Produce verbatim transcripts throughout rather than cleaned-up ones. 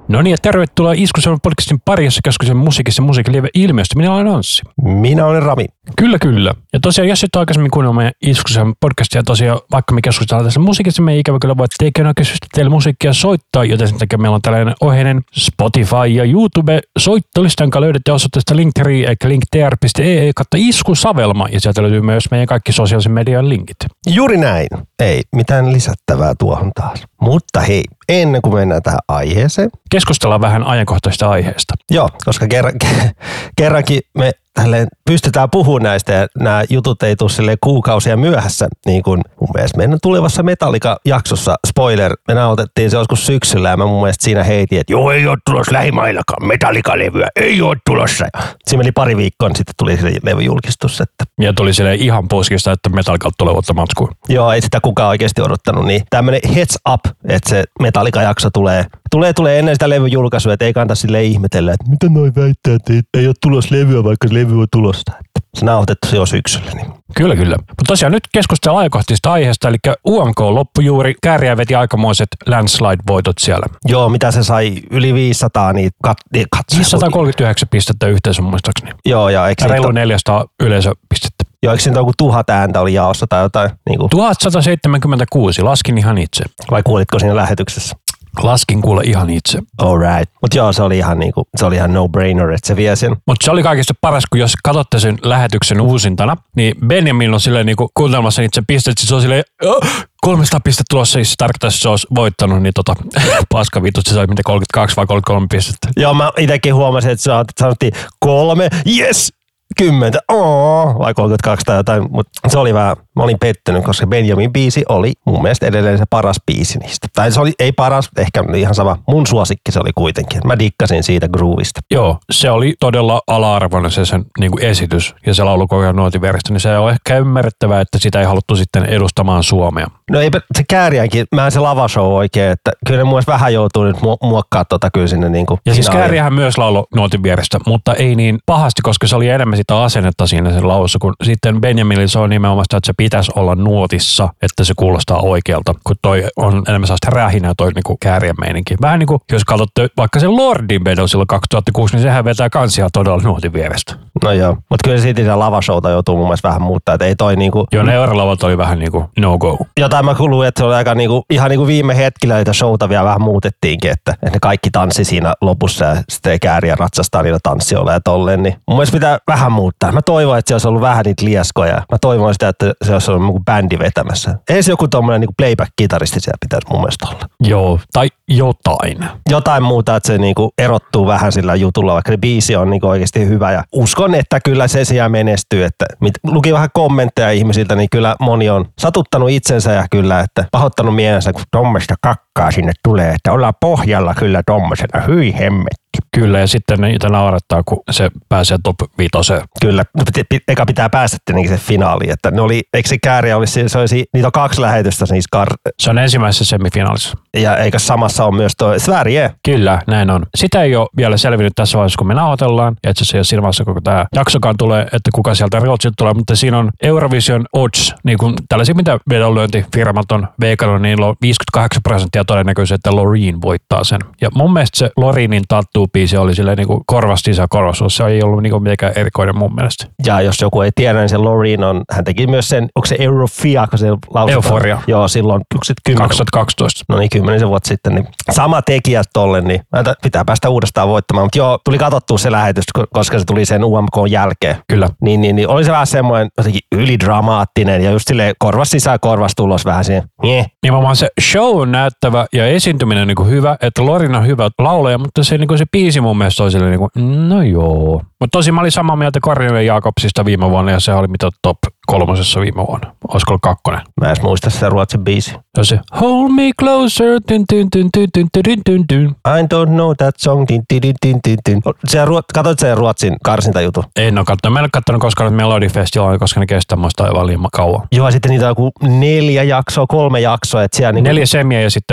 No niin, ja tervetuloa Iskusalmen podcastin parissa keskustelun musiikissa musiikkilieve ilmeisesti. Minä olen Anssi. Minä olen Rami. Kyllä, kyllä. Ja tosiaan, jos et ole aikaisemmin kuunnella meidän Iskusalmen podcastia, tosiaan vaikka me keskustellaan tässä musiikissa, me ei ikävä kyllä voi teikään oikeasti teille musiikkia soittaa, joten sen takia meillä on tällainen ohjeinen Spotify ja YouTube soittolista, jonka löydätte osoitteesta linktree, eli linktr piste ee kautta iskusavelma, ja sieltä löytyy myös meidän kaikki sosiaalisen median linkit. Juuri näin. Ei mitään lisättävää tuohon taas. Mutta hei, ennen kuin mennään tähän aiheeseen. Keskustellaan vähän ajankohtaisesta aiheesta. Joo, koska kerran, kerrankin me tälleen pystytään puhumaan näistä ja nämä jutut ei tule silleen kuukausia myöhässä. Niin kuin mun mielestä meidän tulevassa Metallica-jaksossa, spoiler, me nautettiin se joskus syksyllä ja mä mun mielestä siinä heitin, että joo, ei ole tulossa lähimaillakaan Metallica-levyä, ei ole tulossa. Siinä meni pari viikkoa, niin sitten tuli se levyjulkistus. Että... Ja tuli silleen ihan puskista, että Metallicalta tulee uutta matskua. Joo, ei sitä kukaan oikeasti odottanut. Niin tämmönen heads up, että se Metallica-jakso tulee, tulee, tulee ennen sitä levyjulkaisua, että ei kannata silleen ihmetellä, että mitä noi väittää, että ei, ei ole tulossa levyä, vaikka levy on tulosta. Että se nauhoitettu jo syksyllä. Niin. Kyllä, kyllä. Mutta tosiaan nyt keskustellaan ajankohtaisesta aiheesta, eli U M K loppui juuri, Kääriä veti aikamoiset landslide-voitot siellä. Joo, mitä se sai yli viisisataa niin kat, niin katsoja. viisisataakolmekymmentäyhdeksän pistettä yhteensä muistaakseni. Joo, ja eikö reilu neljäsataa yleisöpistettä. Joo, eikö siinä joku tuhat ääntä oli jaossa tai jotain? Niin kuin... tuhatsata seitsemänkymmentäkuusi, laskin ihan itse. Vai kuulitko siinä lähetyksessä? Laskin kuule ihan itse. All right. Mutta joo, se oli ihan niinku, se oli ihan no-brainer, että se vie sen. Mutta se oli kaikista paras, kun jos katsotte sen lähetyksen uusintana, niin Benjamin on silleen niinku kuuntelemassa niitä sen pisteet, se on silleen, oh, kolmesataa pistettä tulossa, siis tarkoittaisi, se olisi voittanut, niin tota, paska vittu, se sai mitä kolmekymmentäkaksi vai kolmekymmentäkolme pistettä. Joo, mä itekin huomasin, että sanottiin kolme, yes! Kymmentä, ooo, vai kolmekymmentäkaksi tai jotain, mutta se oli vähän, mä olin pettynyt, koska Benjamin biisi oli mun mielestä edelleen se paras biisi niistä. Tai se oli, ei paras, ehkä ihan sama, mun suosikki se oli kuitenkin. Mä dikkasin siitä groovista. Joo, se oli todella ala-arvoinen se sen niin kuin esitys ja se laulukohjan nuotiveristä, niin se on ehkä ymmärrettävää, että sitä ei haluttu sitten edustamaan Suomea. No eipä se Kääriäänkin, mä en se lavashow oikein, että kyllä ne mun mielestä vähän joutuu nyt muokkaa tota kyllä sinne niin kuin. Ja siis Kääriähän myös laulu nuotiveristä, mutta ei niin pahasti, koska se oli enemmän sitä asennetta siinä sen lausussa, kun sitten Benjaminilla se on nimenomaan sitä, että se pitäisi olla nuotissa, että se kuulostaa oikealta, kun toi on enemmän sellaista rähinää toi niinku Kääriän meininki. Vähän niin kuin, jos katsotte vaikka se Lordin vedon silloin kaksituhattakuusi, niin sehän vetää kansia todella nuotin vierestä. No joo, mutta kyllä siitä sitä lavashowta joutuu mun mielestä vähän muuttaa, että ei toi niinku... Joo, ne eurolavot oli vähän niinku no go. Jotain mä kuulin, että se oli aika niinku, ihan niinku viime hetkellä niitä showta vielä vähän muutettiinkin, että, että ne kaikki tanssi siinä lopussa ja sitten Kääriä ratsastaa niillä tanssioilla ja tolleen, niin mun mielestä pitää vähän muuttaa. Mä toivon, että se olisi ollut vähän niitä lieskoja. Mä toivon sitä, että se olisi ollut niinku bändi vetämässä. Ei se joku tommoinen niinku playback-kitaristi siellä pitäisi mun mielestä olla. Joo, tai jotain. Jotain muuta, että se niinku erottuu vähän sillä jutulla, vaikka se biisi on niinku oikeasti hyvä. Ja uskon, että kyllä se siellä menestyy. Että luki vähän kommentteja ihmisiltä, niin kyllä moni on satuttanut itsensä ja kyllä, että pahoittanut mielensä, kun tommesta kakkaa sinne tulee. Että ollaan pohjalla kyllä tommosena. Hyi hemmetti. Kyllä, ja sitten niitä naurattaa, kun se pääsee top viitoseen. Kyllä, eka pitää päästä tietenkin se finaaliin, että ne oli, eikö se Kääriä olisi, se olisi, niitä on kaksi lähetystä niissä kar... Se on ensimmäisessä semifinaalissa. Ja eikö samassa on myös toi Sverige? Kyllä, näin on. Sitä ei ole vielä selvinnyt tässä vaiheessa, kun me nauhoitellaan, ja itse asiassa siinä vaiheessa, kun tämä jaksokaan tulee, että kuka sieltä Ruotsilta tulee, mutta siinä on Eurovision Odds, niin kuin tällaisia, mitä vedonlyöntifirmat on veikannut, niin niillä on viisikymmentäkahdeksan prosenttia todennäköisesti, että Loreen voittaa sen. Ja mun mielestä se Loreenin tattuu-biisi oli silleen niin kuin korvas sisään korvas, se ei ollut niin kuin mikään erikoinen mun mielestä. Ja jos joku ei tiedä, niin se Loreen on, hän teki myös sen, onko se Eurofia, kun se lausutaan? Euphoria. Joo, silloin kaksituhattakaksitoista. No niin, kymmenisen vuotta sitten, niin sama tekijä tolle, niin pitää päästä uudestaan voittamaan. Mutta joo, tuli katsottua se lähetys, koska se tuli sen U M K:n jälkeen. Kyllä. Niin, niin, niin oli se vähän semmoinen jotenkin ylidramaattinen ja just silleen korvas sisään, korvas tulos vähän siihen. Yeah. Nimenomaan se show on näyttävä ja esiintyminen on niin kuin hyvä, että Lorin on hyvä laulaja, mutta se, niin kuin se biisi mun mielestä oli silleen niin kuin, no joo. Mutta tosi mä olin samaa mieltä Karjalen Jaakobsista viime vuonna ja se oli mitä top kolmosessa viime vuonna. Olisiko ollut kakkonen? Mä en edes muista sitä ruotsin biisi. Ja se Hold me closer, tyn, tyn, tyn, tyn, tyn, tyn, tyn, tyn. I don't know that song, tyn, tyn, tyn, tyn, tyn. Katoit sen ruotsin karsintajutun? En ole katsonut. Mä en ole katsonut koskaan Melody Festivalia, koska ne kestää muista aivan liian kauan. Joo, sitten niitä on joku neljä jaksoa, kolme jaksoa. Et siellä neljä niinku... semiä ja sitten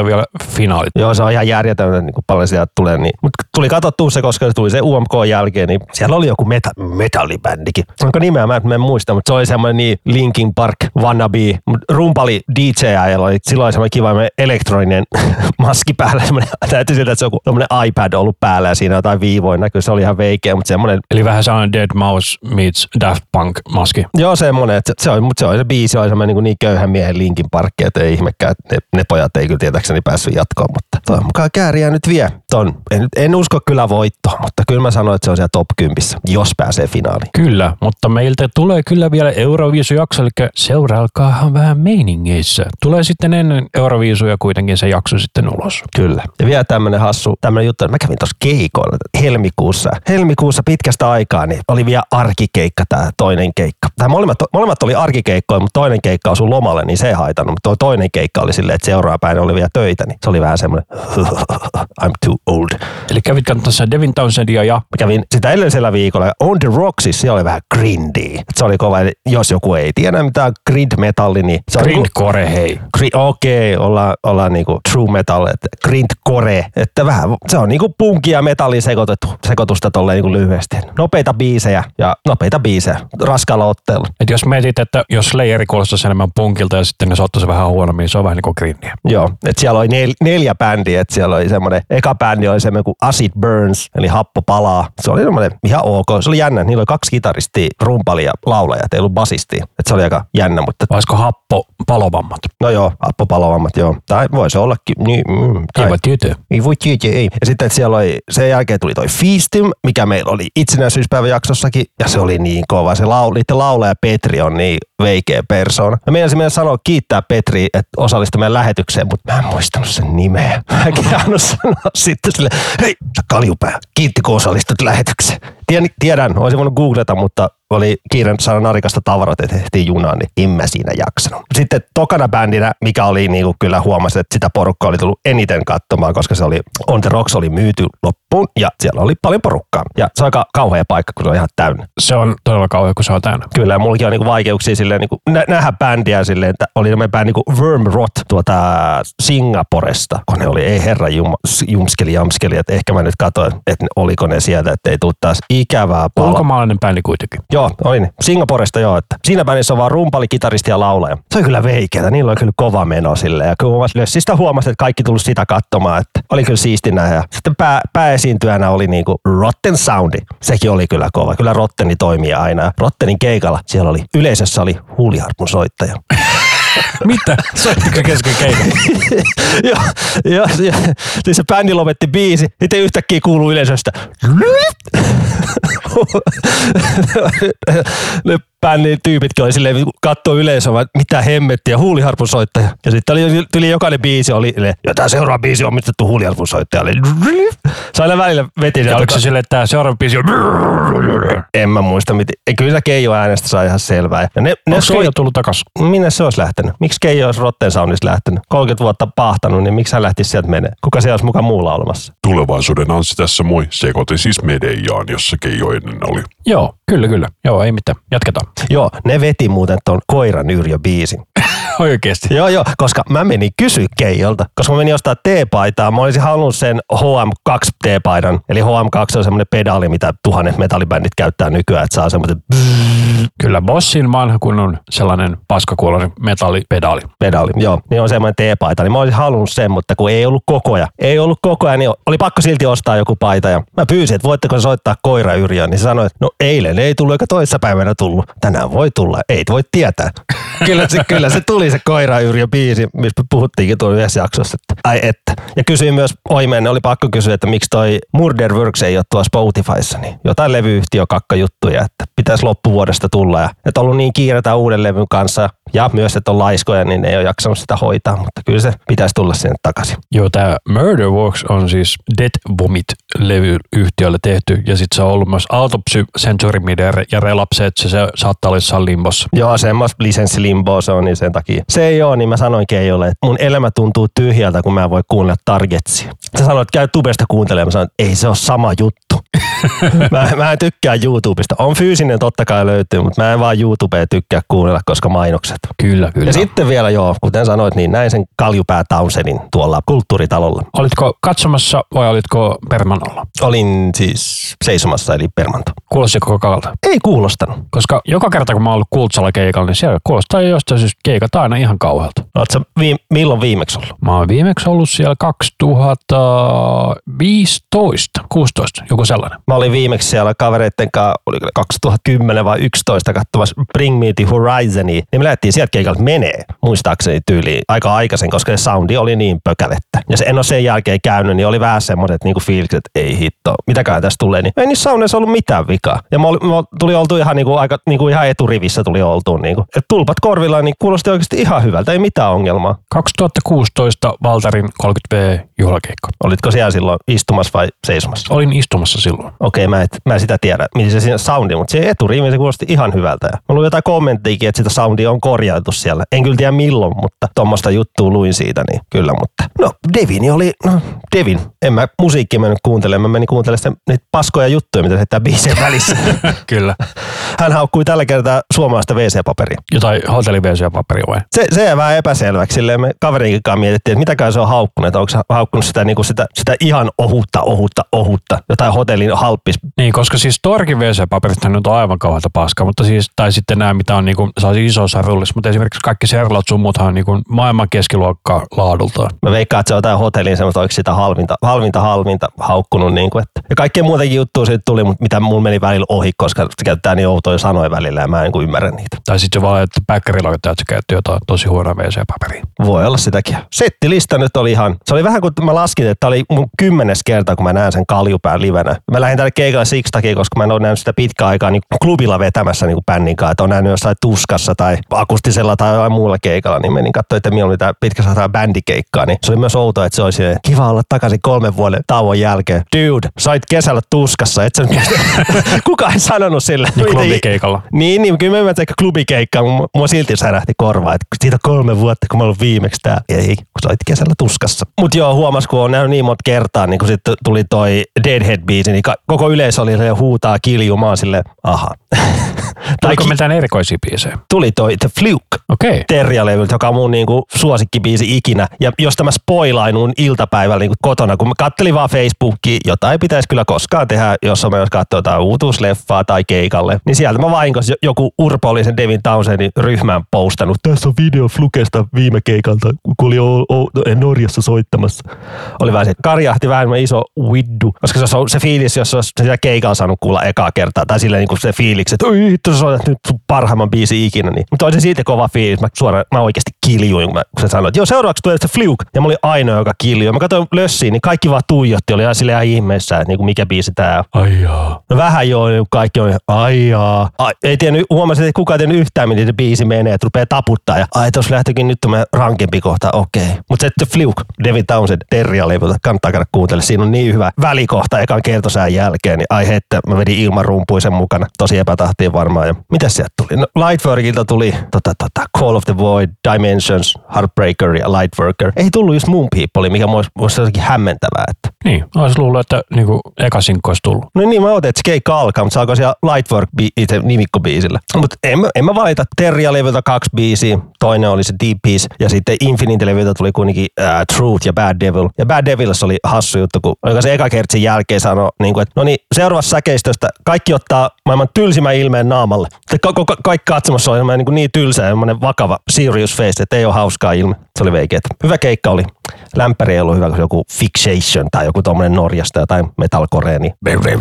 tulee vielä finaalit. Joo, se on ihan järjetöntä, niin kuin paljon sieltä tulee. Niin. Mutta tuli katsottua se, koska se tuli se U M K jälkeen, niin siellä oli joku meta- metallibändikin. Onko nimeä? Mä en muista, mutta se oli semmoinen niin Linkin Park wannabe. Rumpali D J, jolla oli silloin semmoinen kiva elektroninen maski päällä. Täytyy siltä, että se on semmoinen iPad ollut päällä ja siinä jotain viivoja näkyy. Se oli ihan veikeä, mutta semmoinen... Eli vähän sellainen Dead Mouse meets Daft Punk maski. Joo, semmoinen. Että se, on, mutta se, on, se biisi oli semmoinen niin, niin köyhän miehen Linkin Parkki, että ei ihmekään, että ne, ne pojat ei kyllä tietääkseni päässyt jatkoon, mutta toivon mukaan Kääriä nyt vie ton. En, en usko kyllä voittoon, mutta kyllä mä sanoin, että se on siellä top kympissä, jos pääsee finaaliin. Kyllä, mutta meiltä tulee kyllä vielä Euroviisujakso, eli seurailkaahan vähän meiningeissä. Tulee sitten ennen Euroviisuja kuitenkin se jakso sitten ulos. Kyllä. Ja vielä tämmönen hassu, tämmönen juttu, että mä kävin tuossa keikoilla helmikuussa. Helmikuussa pitkästä aikaa, niin oli vielä arkikeikka tää toinen keikka. Tää molemmat, molemmat oli arkikeikkoja, mutta toinen keikka osui lomalle, niin se ei haitannut. Mutta toi toinen keikka oli silleen, että seuraava päivänä oli vielä töitä, niin se oli vähän semmoinen I'm too old. Eli kävit katsomassa Devin Townsendia ja... Mä kävin sitä edellisellä viikolla On the Rocksissa, siellä oli vähän grindy. Se oli kova, jos joku ei tiedä mitään grind-metalli, niin... Grindcore, hei. Okei, okay, ollaan, ollaan niinku true metal, että grindcore, että vähän, se on niinku punkia ja metalli sekoitettu, sekoitusta tolleen niinku lyhyesti. Nopeita biisejä ja nopeita biisejä, raskaalla otteella. Et jos mietit, että jos Slayeri kuulostaisi enemmän punkilta ja sitten ne soittaisi vähän huonommin, se on vähän niin kuin grindiä. Joo, että siellä oli nel, neljä bändiä, että siellä oli semmoinen, eka bändi oli semmoinen kuin Acid Burns, eli happo palaa. Se oli semmoinen ihan ok, se oli jännä, niillä oli kaksi kitaristia, rumpali ja laulaja, ei ollut basistia, että se oli aika jännä, mutta... Olisiko happo palovammat? No joo, happo palovammat, joo. Tai voisi ollakin, niin... Mm, ei voi tietää. Ei voi tietää, ei. Ja sitten että siellä oli, sen jälkeen tuli toi Feastim, mikä meillä oli itsenäisyyspäiväjaksossakin, ja se oli niin kova. Se laul, niiden laulaja Petri on niin veikeä persoona. Mä meinasin meidän sanoa kiittää Petri, että osallistui meidän lähetykseen, mutta mä en muistanut sen nimeä. Mä en kehdannut sanoa sitten sille, hei, sä kaljupää, kiitti kun osallistut lähetykseen. Tiedän, tiedän, olisin voinut googleta, mutta oli kiire saada narikasta tavarat, että tehtiin junaan, niin en mä siinä jaksanut. Sitten tokana bändinä, mikä oli niinku kyllä huomasin, että sitä porukkaa oli tullut eniten katsomaan, koska se oli On the Rocks oli myyty loppuun ja siellä oli paljon porukkaa. Ja se on aika kauhea paikka, kun se on ihan täynnä. Se on todella kauhea, kun se on täynnä. Kyllä, ja mullakin on niinku vaikeuksia silleen, niinku, nä- nähdä bändiä silleen, että oli tämmöinen bändi niinku Wormrot tuota Singaporesta, kun ne oli, ei herra jum, jumskeli jamskeli, että ehkä mä nyt katsoin, että oliko ne sieltä, että ei tule taas ikävää palaa. Ulkomaalainen bändi kuitenkin. Joo, oli ne. Singaporesta joo, että siinä bändissä on vaan rumpali, kitaristi ja laulaja. Se on kyllä veikeätä, niillä on kyllä kova meno silleen. Ja kun Lössistä huomasin, että kaikki tullut sitä katsomaan, että oli kyllä siistinä. Ja sitten pää, pääesiintyjänä oli niinku Rotten Soundi. Sekin oli kyllä kova. Kyllä Rotteni toimii aina. Rottenin keikalla siellä oli, yleisössä oli huuliharpun soittaja. Mitä? Soittiko kesken keikan? Joo, joo. Siis se bändi lopetti biisi, sitten yhtäkkiä kuuluu yleisöstä. Ne bändin tyypitkin oli silleen, kattoo yleisöä, vaan mitä hemmettiä, huuliharpun soittaja. Ja sitten oli, tuli jokainen biisi, oli ja tämä seuraava biisi on omistettu huuliharpun soittajalle. Se aina välillä veti. Ja oliko se silleen, että tämä seuraava biisi on... En mä muista, miten. Kyllä Keijo äänestä saa ihan selvää. Ja ne, ne Onko Keijo tullut takas? Minne se olisi lähtenyt? Miksi Keijo olisi Rotten Soundista lähtenyt? kolmekymmentä vuotta pahtanut, niin miksi hän lähtisi sieltä menee? Kuka se olisi mukaan muulla olemassa? Tulevaisuuden Anssi tässä moi. Sekoitin siis Medejaan, jossa Keijo ennen oli. Joo, kyllä, kyllä. Joo, ei mitään. Jatketaan. Joo, ne veti muuten ton Koiran Yrjö-biisin. Oikeesti? Joo, joo, koska mä menin kysyä Keijolta, koska mä menin ostaa T-paitaa. Mä olisin halunnut sen H M kaksi T-paidan. Eli H M kaksi on semmoinen pedaali, mitä tuhannet metallibändit käyttää nykyään, että saa semmoinen... Kyllä, Bossin vanha kun on sellainen paskakuoloinen metallipedaali. Pedaali, joo. Niin on semmoinen T-paita. Niin mä olisin halunnut sen, mutta kun ei ollut koko ajan. Ei ollut koko ajan, niin oli pakko silti ostaa joku paita. Ja mä pyysin, että voitteko soittaa Koira Yrjön. Niin se sanoi, että no eilen ei tullut, eikä toissapäivänä tullut. Tänään voi tulla, ei voi tietää. kyllä, se, kyllä se tuli se Koira Yrjö biisi, missä puhuttiinkin tuolla yhdessä jaksossa. Että, ai että. Ja kysyin myös Oimeen, oli pakko kysyä, että miksi toi Murder Works ei ole tuossa Spotifyssa. Niin jotain levyyhtiö kakkajuttuja, että pitäisi loppuvuodesta tulla. Ja että on ollut niin kiire tämän uuden levyn kanssa ja myös, että on laiskoja, niin ne ei ole jaksanut sitä hoitaa, mutta kyllä se pitäisi tulla sinne takaisin. Joo, tämä Murder Works on siis Dead Vomit-levyyhtiölle tehty ja sitten se on ollut myös Autopsy, Century Media ja Relapse, että se, se saattaa olla jossain limbossa. Joo, semmoista lisenssilimboa se on, niin sen takia. Se ei ole, niin mä sanoin Keijolle, että mun elämä tuntuu tyhjältä, kun mä en voi kuunnella Targetsia. Se sanoi, että käy tubesta kuuntelemaan, mä sanoin, että ei se ole sama juttu. mä, mä en tykkää YouTubesta. On fyysinen totta kai löytyy, mutta mä en vaan YouTubea tykkää kuunnella, koska mainokset. Kyllä, kyllä. Ja sitten vielä joo, kuten sanoit, niin näin sen Kaljupää Townsendin tuolla kulttuuritalolla. Olitko katsomassa vai olitko permanolla? Olin siis seisomassa, eli permanto. Kuulostiko kakalta? Ei kuulostanut. Koska joka kerta kun mä oon ollut Kultsalla keikalla, niin siellä kuulostaa jostain syystä keikat aina ihan kauhealta. Oletko viime, milloin viimeksi ollut? Mä oon viimeksi ollut siellä kaksituhattaviisitoista, kuusitoista, joku sellainen. Mä olin viimeksi siellä kavereitten kanssa, oliko kaksituhattakymmenen vai yksitoista katsomassa Bring Me to Horizonia, niin me lähdettiin sieltä keikalta menee, muistaakseni tyyliin aika aikaisin, koska se soundi oli niin pökälettä. Ja se en ole sen jälkeen käynyt, niin oli vähän semmoiset niinku fiilikset, että ei hitto, mitäkään tästä tulee. Niin ei niissä sauneissa ollut mitään vikaa. Ja mä, oli, mä tuli oltu ihan, niinku, aika, niinku, ihan eturivissä tuli oltuun. Niinku. Et tulpat korvilla niin kuulosti oikeasti ihan hyvältä, ei mitään ongelmaa. kaksituhattakuusitoista Valtarin kolmekymmentä vuotta juhlakeikko. Olitko siellä silloin istumassa vai seisomassa? Olin istumassa silloin. Okei, mä, mä en sitä tiedä, miten se siinä soundi, mutta se eturivi se kuulosti ihan hyvältä. Ja mulla oli jotain kommenttiikin, että sitä soundia on korjailtu siellä. En kyllä tiedä milloin, mutta tuommoista juttua luin siitä, niin kyllä. Mutta no, Devin oli, no Devin. En mä musiikkia mennyt kuuntelemaan, mä menin kuuntelemaan niitä paskoja juttuja, mitä heittää biisien välissä. Kyllä. Hän haukkui tällä kertaa suomalaista wee see-paperia. Jotain hotelli-wee see-paperia vai? Se, se jää vähän epäselväksi. Silleen me kaverinkin kanssa mietittiin, että mitäkään se on haukkunut. Että onko se haukkunut sitä, niin kuin sitä, sitä ihan ohutta, ohutta, ohutta. Jotain hotellin halppis. Niin, koska siis Torkin wee see-paperit nyt on aivan kauheata paskaa, mutta siis, tai sitten nämä, mitä on niin kuin, isossa rullissa, mutta esimerkiksi kaikki serlot sun muuthan on niin kuin maailman keskiluokkaa laadultaan. Mä veikkaan, että se on jotain hotellin semmoista, oliko sitä halvinta, halvinta, halvinta haukkunut. Niin kuin, että. Ja kaikkea muutenkin juttuja siitä tuli, mutta mitä mun meni välillä ohi, koska se käyttää niin outoja sanoja välillä ja mä en kuin ymmärrä niitä. Tai sitten se vaan, että päkkärillä on, että se käytti jotain tosi huonoa wee see-paperia. Voi olla sitäkin. Settilista nyt oli ihan, se oli vähän kuin mä laskin, että oli mun kymmenes kerta, kun mä näen sen Kaljupään livenä. Mä lähdin tälle keikalle siksi takia, koska mä en ole nähnyt sitä pitkään aikaa niin klubilla vetämässä niin kuin bändin kanssa, että on nähnyt jossain Tuskassa tai akustisella tai jollain muulla keikalla, niin menin katsoa, että milloin oli tää pitkä sataa bändikeikkaa, niin se oli myös outoa, että se olisi kiva olla takaisin kolmen vuoden tauon jälkeen. Dude, sait kesällä Tuskassa, et sä kukaan ei sanonut sille. Niin klubikeikalla. Niin, niin kyllä mä ymmärrän, että klubikeikkaa, mutta mua silti särähti korvaa, että siitä kolme vuotta, kun mä ollut viimeksi tää. Ei, kun sä olit kesällä Tuskassa. Mut joo, huomas, kun on nähnyt niin monta kertaa, niin kun sitten tuli toi Deadhead-biisi, niin koko yleisö oli se huutaa kiljumaan silleen, aha. Tuliko mitään erikoisia biisejä? Tuli toi The Fluke. Okei. Okay. Terja-levyltä, joka on mun niinku suosikkibiisi ikinä. Ja josta mä spoilainuun iltapäivällä niinku kotona, kun mä kattelin vaan Facebookia, jota ei pitäisi kyllä koskaan tehdä, jos on myös katsoa jotain uutuusleffaa tai keikalle. Niin sieltä mä vahingossa joku Urpo oli sen Devin Townsendin ryhmään postannut. Tässä on video Flukesta viime keikalta, kun oli o- o- Norjassa soittamassa. Oli vähän se, karjahti vähän iso widdu, koska se on se fiilis, jos olisi sitä keikalla saanut kuulla ekaa kertaa. Tai silleen niinku se fiiliksi, että oi hitto, sä soitat nyt sun parhaimman biisi ikinä. Niin. Mutta oli se siitä kova fiilis. Mä suoraan, mä oikeasti kiljuin, kun, mä, kun se sanoi, että joo, seuraavaksi tulee se Fluke. Ja mä olin ainoa, joka kiljui. Mä katsoin lössiin, niin kaikki vaan tuijotti. Oli ihan silleen ihan ihmeessä, että niinku mikä biisi tää on. Ai jaa. No vähän joo, niin kaikki on ai jaa. Ai, ei tiennyt, huomasin, että kukaan ei tiennyt yhtään, miten se biisi menee, että rupeaa taputtaa. Ja ai, tuossa lähtikin nyt tämä rankempi kohta, okei. Okay. Mutta se Fluke, Devin Townsend, Terja-levyltä, kannattaa käydä kuuntele. Siinä on niin hyvä välikohta ekan kertosään jälkeen, niin ai että mä vedin ilman rumpuisen mukana. Tosi epätahtiin varmaan. Ja mitäs sieltä tuli? No, Lightworkilta tuli tota, tota, Call of the Void, Dimensions, Heartbreaker ja Lightworker. Ei tullut just Moon People, mikä olisi jotenkin hämmentävää. Että. Niin, olisi luullut, että niinku eka sinkku olisi tullut. No niin, mä otin, että se keikka alkaa, mutta saako siellä Lightwork itse nimikkobiisillä. Mutta en, en mä valita. Terja-levyltä kaksi biisiä, toinen oli se Deep Peace ja sitten Infinite-levyltä tuli kuitenkin äh, Truth ja Bad Devil. Ja Bad Devilissa oli hassu juttu, kun joka se eka kertsin jälkeen sanoi, niin kuin, että no niin, seuraavassa säkeistöstä kaikki ottaa maailman tylsimmän ilmeen naamalle. Ka- ka- kaikki katsomassa on niin, niin tylsä ja vakava serious face, että ei ole hauskaa ilme. Se oli veikeä. Hyvä keikka oli. Lämpäri ei ollut hyvä, kun joku Fixation tai joku tommonen Norjasta jotain metalcorea, niin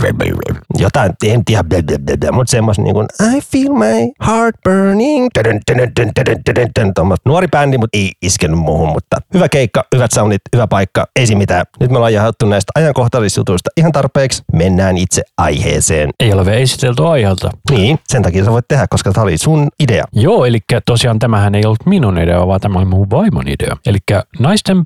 jotain, en tiedä, mutta semmos niin kuin I feel my heart burning. Nuori bändi, mutta ei iskenyt muuhun, mutta hyvä keikka, hyvät soundit, hyvä paikka, ei siinä mitään. Nyt me ollaan jahdottu näistä ajankohtaisjutuista ihan tarpeeksi. Mennään itse aiheeseen. Ei ole vielä esitelty aiheelta. Niin, sen takia sä voit tehdä, koska tämä oli sun idea. Joo, eli tosiaan tämähän ei ollut minun idea, vaan tämä oli mun vaimon idea. Eli naisten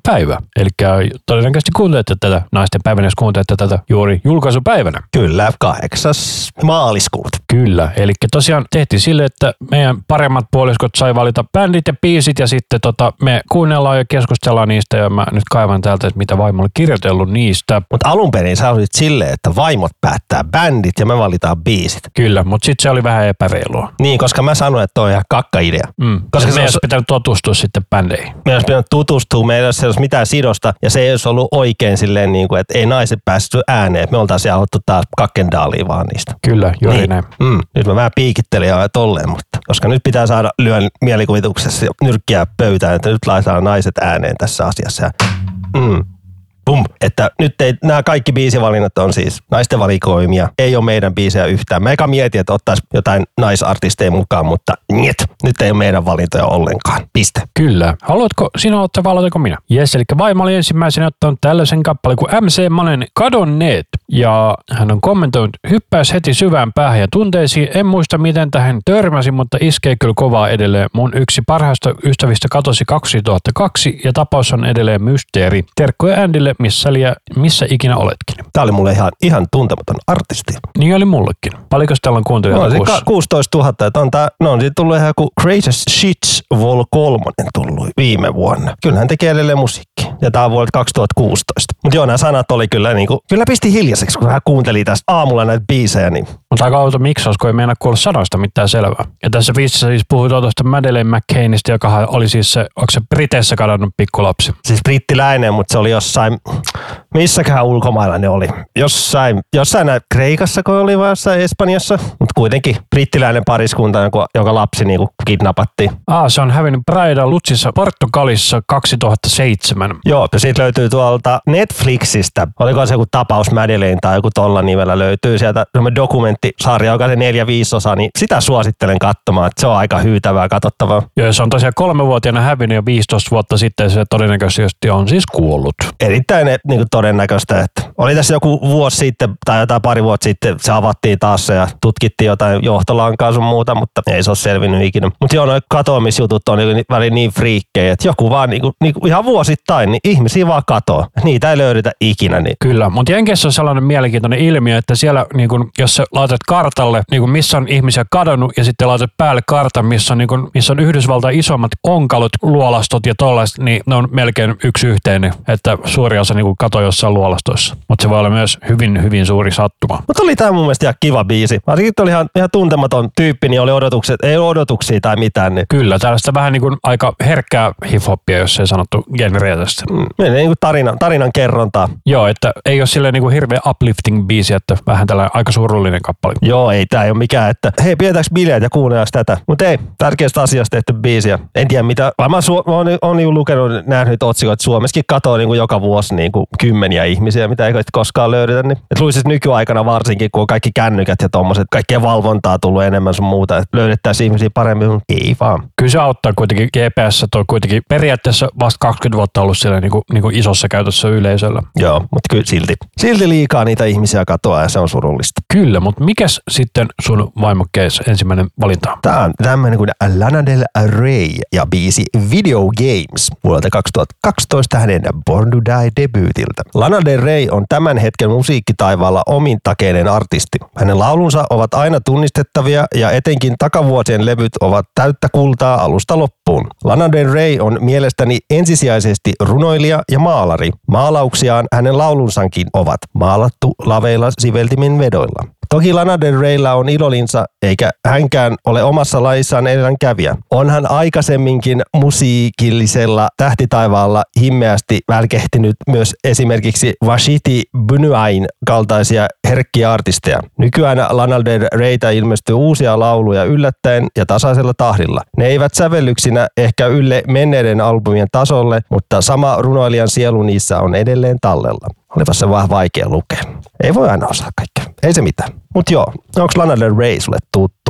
päivä. Eli todennäköisesti kuuntelette tätä naisten päivänä, jos kuuntelette tätä juuri julkaisupäivänä. Kyllä, kahdeksas maaliskuuta. Kyllä, eli tosiaan tehtiin sille, että meidän paremmat puoliskot sai valita bändit ja biisit ja sitten tota, me kuunnellaan ja keskustellaan niistä ja mä nyt kaivan täältä, että mitä vaimo oli kirjoitellut niistä. Mutta alun perin sä olit silleen, että vaimot päättää bändit ja me valitaan biisit. Kyllä, mutta sitten se oli vähän epäreilua. Niin, koska mä sanoin, että toi on ihan kakka-idea. Mm. Koska me ei olisi pitänyt tutustua sitten bändeihin. Me olisi pitänyt tutustua, meillä ei olisi mitään sidosta ja se ei olisi ollut oikein silleen, niin kuin, että ei naiset päässyt ääneen. Me oltaisiin jauhottu taas kakkendaalia vaan niistä. Kyllä, juuri niin. näin. Mm. Nyt mä vähän piikittelin ja tolleen, mutta koska nyt pitää saada lyön mielikuvituksessa nyrkkiä pöytään, että nyt laitetaan naiset ääneen tässä asiassa. Mm. Bum. Että nyt ei, nämä kaikki biisivalinnat on siis naisten valikoimia. Ei ole meidän biisejä yhtään. Mä eka mietin, että ottaisi jotain naisartisteja mukaan, mutta niet, nyt ei ole meidän valintoja ollenkaan. Piste. Kyllä. Haluatko sinä ottaa vai aloitanko minä? Jes, eli vaimo oli ensimmäisenä ottanut tällaisen kappaleen kuin M C Manen Kadonneet. Ja hän on kommentoinut, hyppäisi heti syvään päähän ja tunteisiin. En muista miten tähän törmäsin, mutta iskee kyllä kovaa edelleen. Mun yksi parhaista ystävistä katosi kaksituhattakaksi ja tapaus on edelleen mysteeri. Terkkoja Andille, missä, liä, missä ikinä oletkin. Tää oli mulle ihan, ihan tuntematon artisti. Niin oli mullekin. Paljonko täällä on kuuntelijoita? No, ka- kuusitoistatuhatta. Että on tää, no on siitä tullut ihan kuin Crazy Shits Vol kolme tullut viime vuonna. Kyllä hän tekee edelleen musiikkia. Ja tää on vuodelta kaksituhattakuusitoista. Mutta joo, nämä sanat oli kyllä niinku, kyllä pisti hiljaiseksi, kun hän kuunteli tästä aamulla näitä biisejä. Niin. Mutta aika auto miksaus, kun ei meinaa kuulla sanoista mitään selvää. Ja tässä biisissä siis puhutaan tuosta Madeleine McCainista, joka oli siis se, onko se Briteissä kadonnut pikkulapsi? Siis brittiläinen, mutta se oli jossain, missäkään ulkomailla ne oli. Jossain, jossain näin Kreikassa, kun oli vai jossain Espanjassa. Mutta kuitenkin brittiläinen pariskunta, joka lapsi niinku kidnappattiin. Ah, se on hävinnyt Praida Lutsissa Portugalissa kaksituhattaseitsemän. Joo, ja siitä löytyy tuolta Netflixistä. Oliko se joku tapaus Madeleine tai joku tolla nimellä löytyy sieltä dokumenttisarja, joka on se neljä viisosa, niin sitä suosittelen katsomaan, että se on aika hyytävää katsottavaa. Joo, se on tosiaan kolmevuotiaana hävinnyt jo viisitoista vuotta sitten ja se todennäköisesti on siis kuollut. Erittäin niin kuin todennäköistä, että oli tässä joku vuosi sitten tai jotain pari vuotta sitten se avattiin taas ja tutkittiin jotain johtolankaa sun muuta, mutta ei se ole selvinnyt ikinä. Mutta joo, noi katoamisjutut on niin, väliin niin friikkejä, että joku vaan niin kuin, niin kuin ihan vuosittain, niin ihmisiä vaan katoo. Niitä ei löydetä ikinä. Niin. Kyllä, mutta Jenkeissä on sellainen mielenkiintoinen ilmiö, että siellä niin kun, jos sä laitat kartalle, niin kun, missä on ihmisiä kadonnut ja sitten laitat päälle kartan, missä on, niin kun, missä on Yhdysvaltain isommat onkalot, luolastot ja tollaiset, niin ne on melkein yksi yhteinen, että suuri osa niin kun, katoo jossain luolastoissa. Mutta se voi olla myös hyvin, hyvin suuri sattuma. Mutta oli tämä mun mielestä ihan kiva biisi. Varsinkin oli ihan, ihan tuntematon tyyppi, niin oli odotukset, ei odotuksia tai mitään. Niin. Kyllä, tällaista vähän niin kuin aika herkkää hip-hoppia, jos ei sanottu genreä tästä. Mm, niin kuin tarina, tarinan kerrontaa. Joo, että ei ole silleen niin kuin hirveä uplifting biisi, että vähän tällainen aika surullinen kappale. Joo, ei tää ei ole mikään, että hei, pidetäänkö bileet ja kuunnellaan tätä. Mutta ei, tärkeästä asiasta tehty biisiä. En tiedä mitä, varmaan su- on, on jo lukenut, nähnyt otsikot, että Suomessakin katoo niin kuin joka vuosi niin kuin kymmeniä ihmisiä, mitä ei koskaan löydetä. Niin. Et luisit nykyaikana varsinkin, kun on kaikki kännykät ja tommoset, kaikkea valvontaa tullut enemmän sun muuta, että löydettäisiin ihmisiä paremmin, mutta ei vaan. Kyllä se auttaa kuitenkin, G P S on kuitenkin periaatteessa vasta kaksikymmentä vuotta ollut siellä niin kuin, niin kuin isossa käytössä yleisöllä. Joo, mutta kyllä silti. Silti liikaa niitä ihmisiä katoaa ja se on surullista. Kyllä, mutta mikäs sitten sun vaimokkeessa ensimmäinen valinta on? Tää on tämmöinen kuin Lana Del Rey ja biisi Video Games vuodelta kaksituhattakaksitoista hänen Born to Die -debyytiltä. Lana Del Rey on tämän hetken musiikkitaivaalla omintakeinen artisti. Hänen laulunsa ovat aina tunnistettavia ja etenkin takavuosien levyt ovat täyttä kultaa alusta loppuun. Lana Del Rey on mielestäni ensisijaisesti runoilija ja maalari. Maalauksiaan hänen laulunsankin ovat maalattu laveilla siveltimin vedoilla. Toki Lana Del Reyllä on idolinsa, eikä hänkään ole omassa lajissaan edelläkävijä. On hän aikaisemminkin musiikillisella tähtitaivaalla himmeästi välkehtinyt myös esimerkiksi Vashti Bunyan kaltaisia herkkiä artisteja. Nykyään Lana Del Reytä ilmestyy uusia lauluja yllättäen ja tasaisella tahdilla. Ne eivät sävellyksinä ehkä ylle menneiden albumien tasolle, mutta sama runoilijan sielu niissä on edelleen tallella. Olipa se vähän vaikea lukea. Ei voi aina osaa kaikkea. Ei se mitään. Mut joo, onko Lana Del Rey sulle tuttu?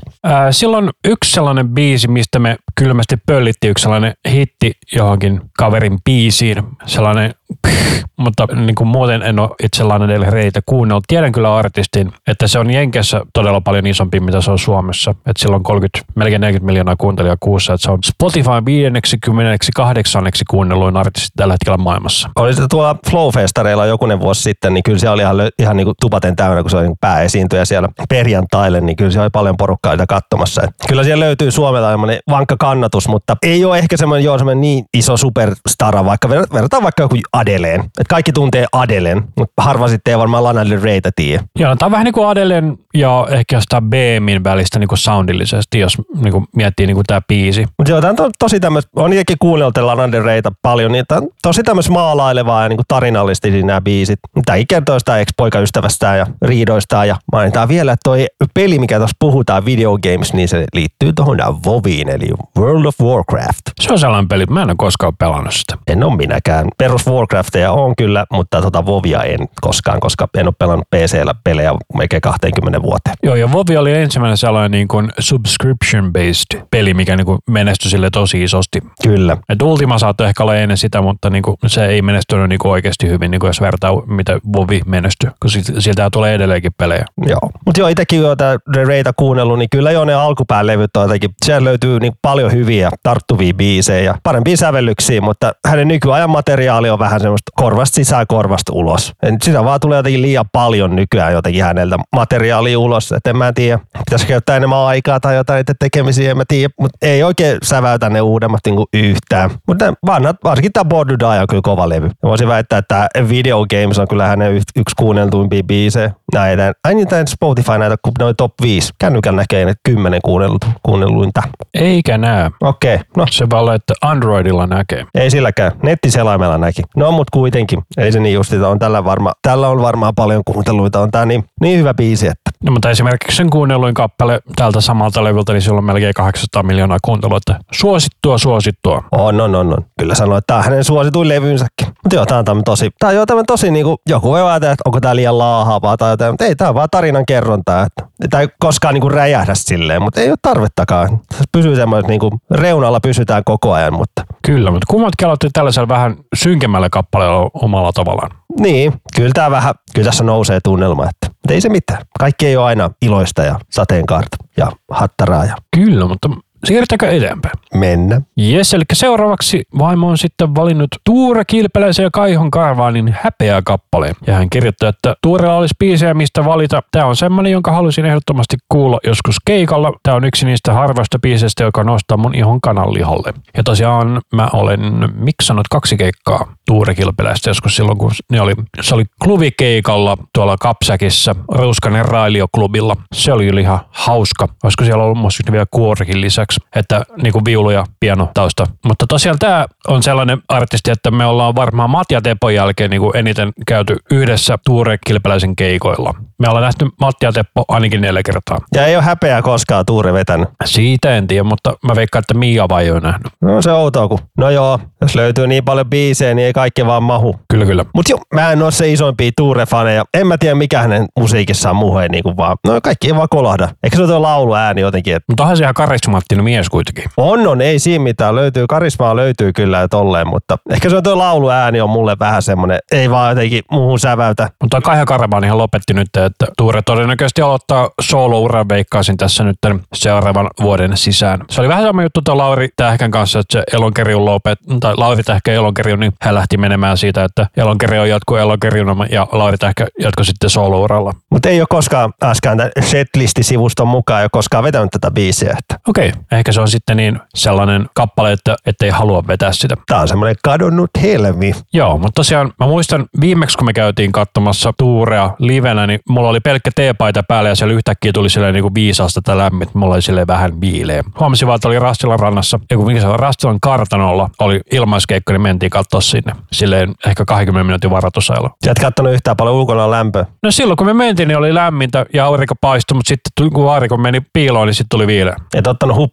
Ää, silloin yksi sellainen biisi, mistä me kylmästi pöllittiin, yksi sellainen hitti johonkin kaverin biisiin, sellainen pff, mutta niin kuin muuten en ole itse Lana Del Reytä kuunnellut. Tiedän kyllä artistin, että se on Jenkessä todella paljon isompi, mitä se on Suomessa. Että sillä on kolmekymmentä, melkein neljäkymmentä miljoonaa kuuntelijaa kuussa. Että se on Spotify viisikymmentäkahdeksan kuunnelluin artisti tällä hetkellä maailmassa. Oli se tuolla Flow-festareilla jokunen vuosi sitten, niin kyllä se oli ihan, ihan niin kuin tupaten täynnä, kun se oli niin pääesiintyjä siellä perjantaille, niin kyllä siellä oli paljon porukkaa katsomassa. Et kyllä siellä löytyy Suomella semmoinen vankka kannatus, mutta ei ole ehkä semmoinen, joo, semmoinen niin iso superstara, vaikka verrataan vaikka joku Adeleen. Et kaikki tuntee Adelen, mutta harva sitten ei varmaan Lana Del Reytä tiedä. Joo, tämä on vähän niin kuin Adelen ja ehkä jostain B Min välistä niin kuin soundillisesti, jos niin kuin miettii niin kuin tämä biisi. Mutta joo, tämä on to, tosi tämmöistä, on itsekin kuunnellut Lana Del Reytä paljon, niin tämä on tosi tämmöistä maalailevaa ja niin kuin tarinallisesti nämä biisit. Tämäkin kertoo jostain ex-poikaystävästään ja riidoistaan ja mainitaan vielä, että toi peli, mikä tuossa puhutaan, Video Games, niin se liittyy tuohon WoWiin, eli World of Warcraft. Se on sellainen peli, mä en ole koskaan pelannut sitä. En ole minäkään. Perus Warcrafteja on kyllä, mutta tota WoWia en koskaan, koska en ole pelannut P C:llä pelejä melkein kaksikymmentä vuoteen. Joo, ja WoW oli ensimmäinen sellainen niin kuin subscription-based peli, mikä niin kuin menestyi sille tosi isosti. Kyllä. Et Ultima saattoi ehkä olla ennen sitä, mutta niin kuin se ei menestynyt niin kuin oikeasti hyvin, niin kuin jos vertaa, mitä WoW menestyi, kun sieltä tulee edelleenkin pelejä. Joo, mutta joo, itsekin jo tätä Reytä kuunnellut, niin kyllä jo ne alkupään levyt on jotenkin, siellä löytyy niin paljon hyviä, tarttuvia biisejä ja parempia sävellyksiä, mutta hänen nykyajan materiaali on vähän semmoista korvasta sisään, korvasta ulos. Sitä vaan tulee jotenkin liian paljon nykyään jotenkin häneltä materiaalia ulos, että en mä tiedä, pitäisi käyttää enemmän aikaa tai jotain tekemisiä, en mä tiedä, mutta ei oikein säväytä ne uudemmat niin kuin yhtään. Mutta vanhat, varsinkin tämä Born to Die on kyllä kova levy. Ja voisin väittää, että Video Games on kyllä hänen yksi kuunneltuimpia biisejä. Näitä, ai niitä Spotify näitä, kun ne oli top viisi. Kännykällä näkee ne kymmenen kuunnelluinta. Eikä näe. Okei, okay, no. Se vaan että Androidilla näkee. Ei silläkään. Nettiselaimella näki. No, mutta kuitenkin. Ei se niin just, että on tällä, varma, tällä on varmaan paljon kuunteluita. On tää niin, niin hyvä biisi, että. No, mutta esimerkiksi sen kuunnelluin kappale tältä samalta levyltä, niin sillä on melkein kahdeksansataa miljoonaa kuuntelua. Että suosittua, suosittua. On, on, on, on. Kyllä sanoo, että tää on hänen suosituin levynsäkin. Mutta joo, tää on tämmönen tosi, tää on jo tämmönen tosi niinku, joku voi ajatella, että onko tää liian laahaavaa tai jotain, mutta ei, tää on vaan tarinan kerrontaa. Että tää ei koskaan niinku räjähdä silleen, mutta ei ole tarvettakaan. Se pysyy semmoinen, niinku reunalla pysytään koko ajan, mutta. Kyllä, mutta kummatkin aloitti tällaisella vähän synkemmällä kappaleella omalla tavallaan. Niin, kyllä tää vähän, kyllä tässä nousee tunnelma, että mutta ei se mitään. Kaikki ei ole aina iloista ja sateenkaarta ja hattaraa. Ja. Kyllä, mutta siirrytäänkö eteenpäin? Mennä. Jes, eli seuraavaksi vaimo on sitten valinnut Tuure Kilpeläisen ja Kaihon Karvaanin Häpeä kappaleen. Ja hän kirjoittaa, että Tuurella olisi biisejä mistä valita. Tämä on semmoinen, jonka halusin ehdottomasti kuulla joskus keikalla. Tämä on yksi niistä harvoista biiseistä, joka nostaa mun ihon kananlihalle. Ja tosiaan mä olen miksannut kaksi keikkaa Tuure Kilpeläistä joskus silloin, kun ne oli, se oli klubikeikalla tuolla Kapsäkissä, Ruuskanen Railio-klubilla. Se oli ihan hauska. Olisiko siellä ollut musta vielä kuorikin lisäksi, että niinku viulu ja piano tausta. Mutta tosiaan tämä on sellainen artisti, että me ollaan varmaan Matti ja Tepon jälkeen niinku eniten käyty yhdessä Tuure Kilpeläisen keikoilla. Me ollaan nähty Matti ja Teppo ainakin neljä kertaa. Ja ei ole häpeää koskaan Tuure vetänyt. Siitä en tiedä, mutta mä veikkaan, että Mia vai on nähnyt. No se outoa, kun no joo, jos löytyy niin paljon biisejä, niin ei kaikki vaan mahu. Kyllä, kyllä. Mut joo, mä en ole se isoimpia Tuure-faneja. En mä tiedä, mikä hänen musiikissaan muhu ei niinku vaan, no kaikki ei vaan kolahda. Eikö se ole tuo lauluääni jotenkin? Et. Mutta onhan se ihan karismaattinen mies kuitenkin. On, on, ei siinä mitään. Löytyy, karismaa löytyy kyllä ja tolleen, mutta ehkä se on tuo lauluääni on mulle vähän semmonen, ei vaan jotenkin muuhun säväytä. Mutta Kaiha Karvaanihan lopetti nyt, että Tuure todennäköisesti aloittaa solo-uran, veikkaisin tässä nyt seuraavan vuoden sisään. Se oli vähän sama juttu tuon Lauri Tähkän kanssa, että se Elonkerjun lopet, tai Lauri Tähkä Elonkerjun, niin hän lähti menemään siitä, että Elonkerju jatkuu Elonkerjuna ja Lauri Tähkä jatkoi sitten solo-uralla. Mutta ei ole koskaan äskään setlisti-sivuston mukaan, ei ole koskaan vetänyt tätä biisiä. Että. Okei, ehkä se on sitten niin sellainen kappale, että ettei halua vetää sitä. Tää on semmoinen kadonnut helmi. Joo, mutta tosiaan mä muistan viimeksi, kun me käytiin katsomassa Tuurea livenä, niin mulla oli pelkkä teepaita päällä ja siellä yhtäkkiä tuli silleen niin kuin viisi astetta lämmit. Mulla oli silleen vähän viileä. Huomasin vaan, että oli Rastilan rannassa, ja kun mikä se on Rastilan kartanolla oli ilmaiskeikko, niin mentiin katsoa sinne. Silleen ehkä kaksikymmentä minuutin varoitusajalla. Sä et kattonut yhtään paljon ulkona lämpöä? No silloin kun me mentiin, niin oli lämmintä ja aurinko paistui, mutta sitten kun aurinko meni piiloon, niin sitten tuli viileä. Et ottanut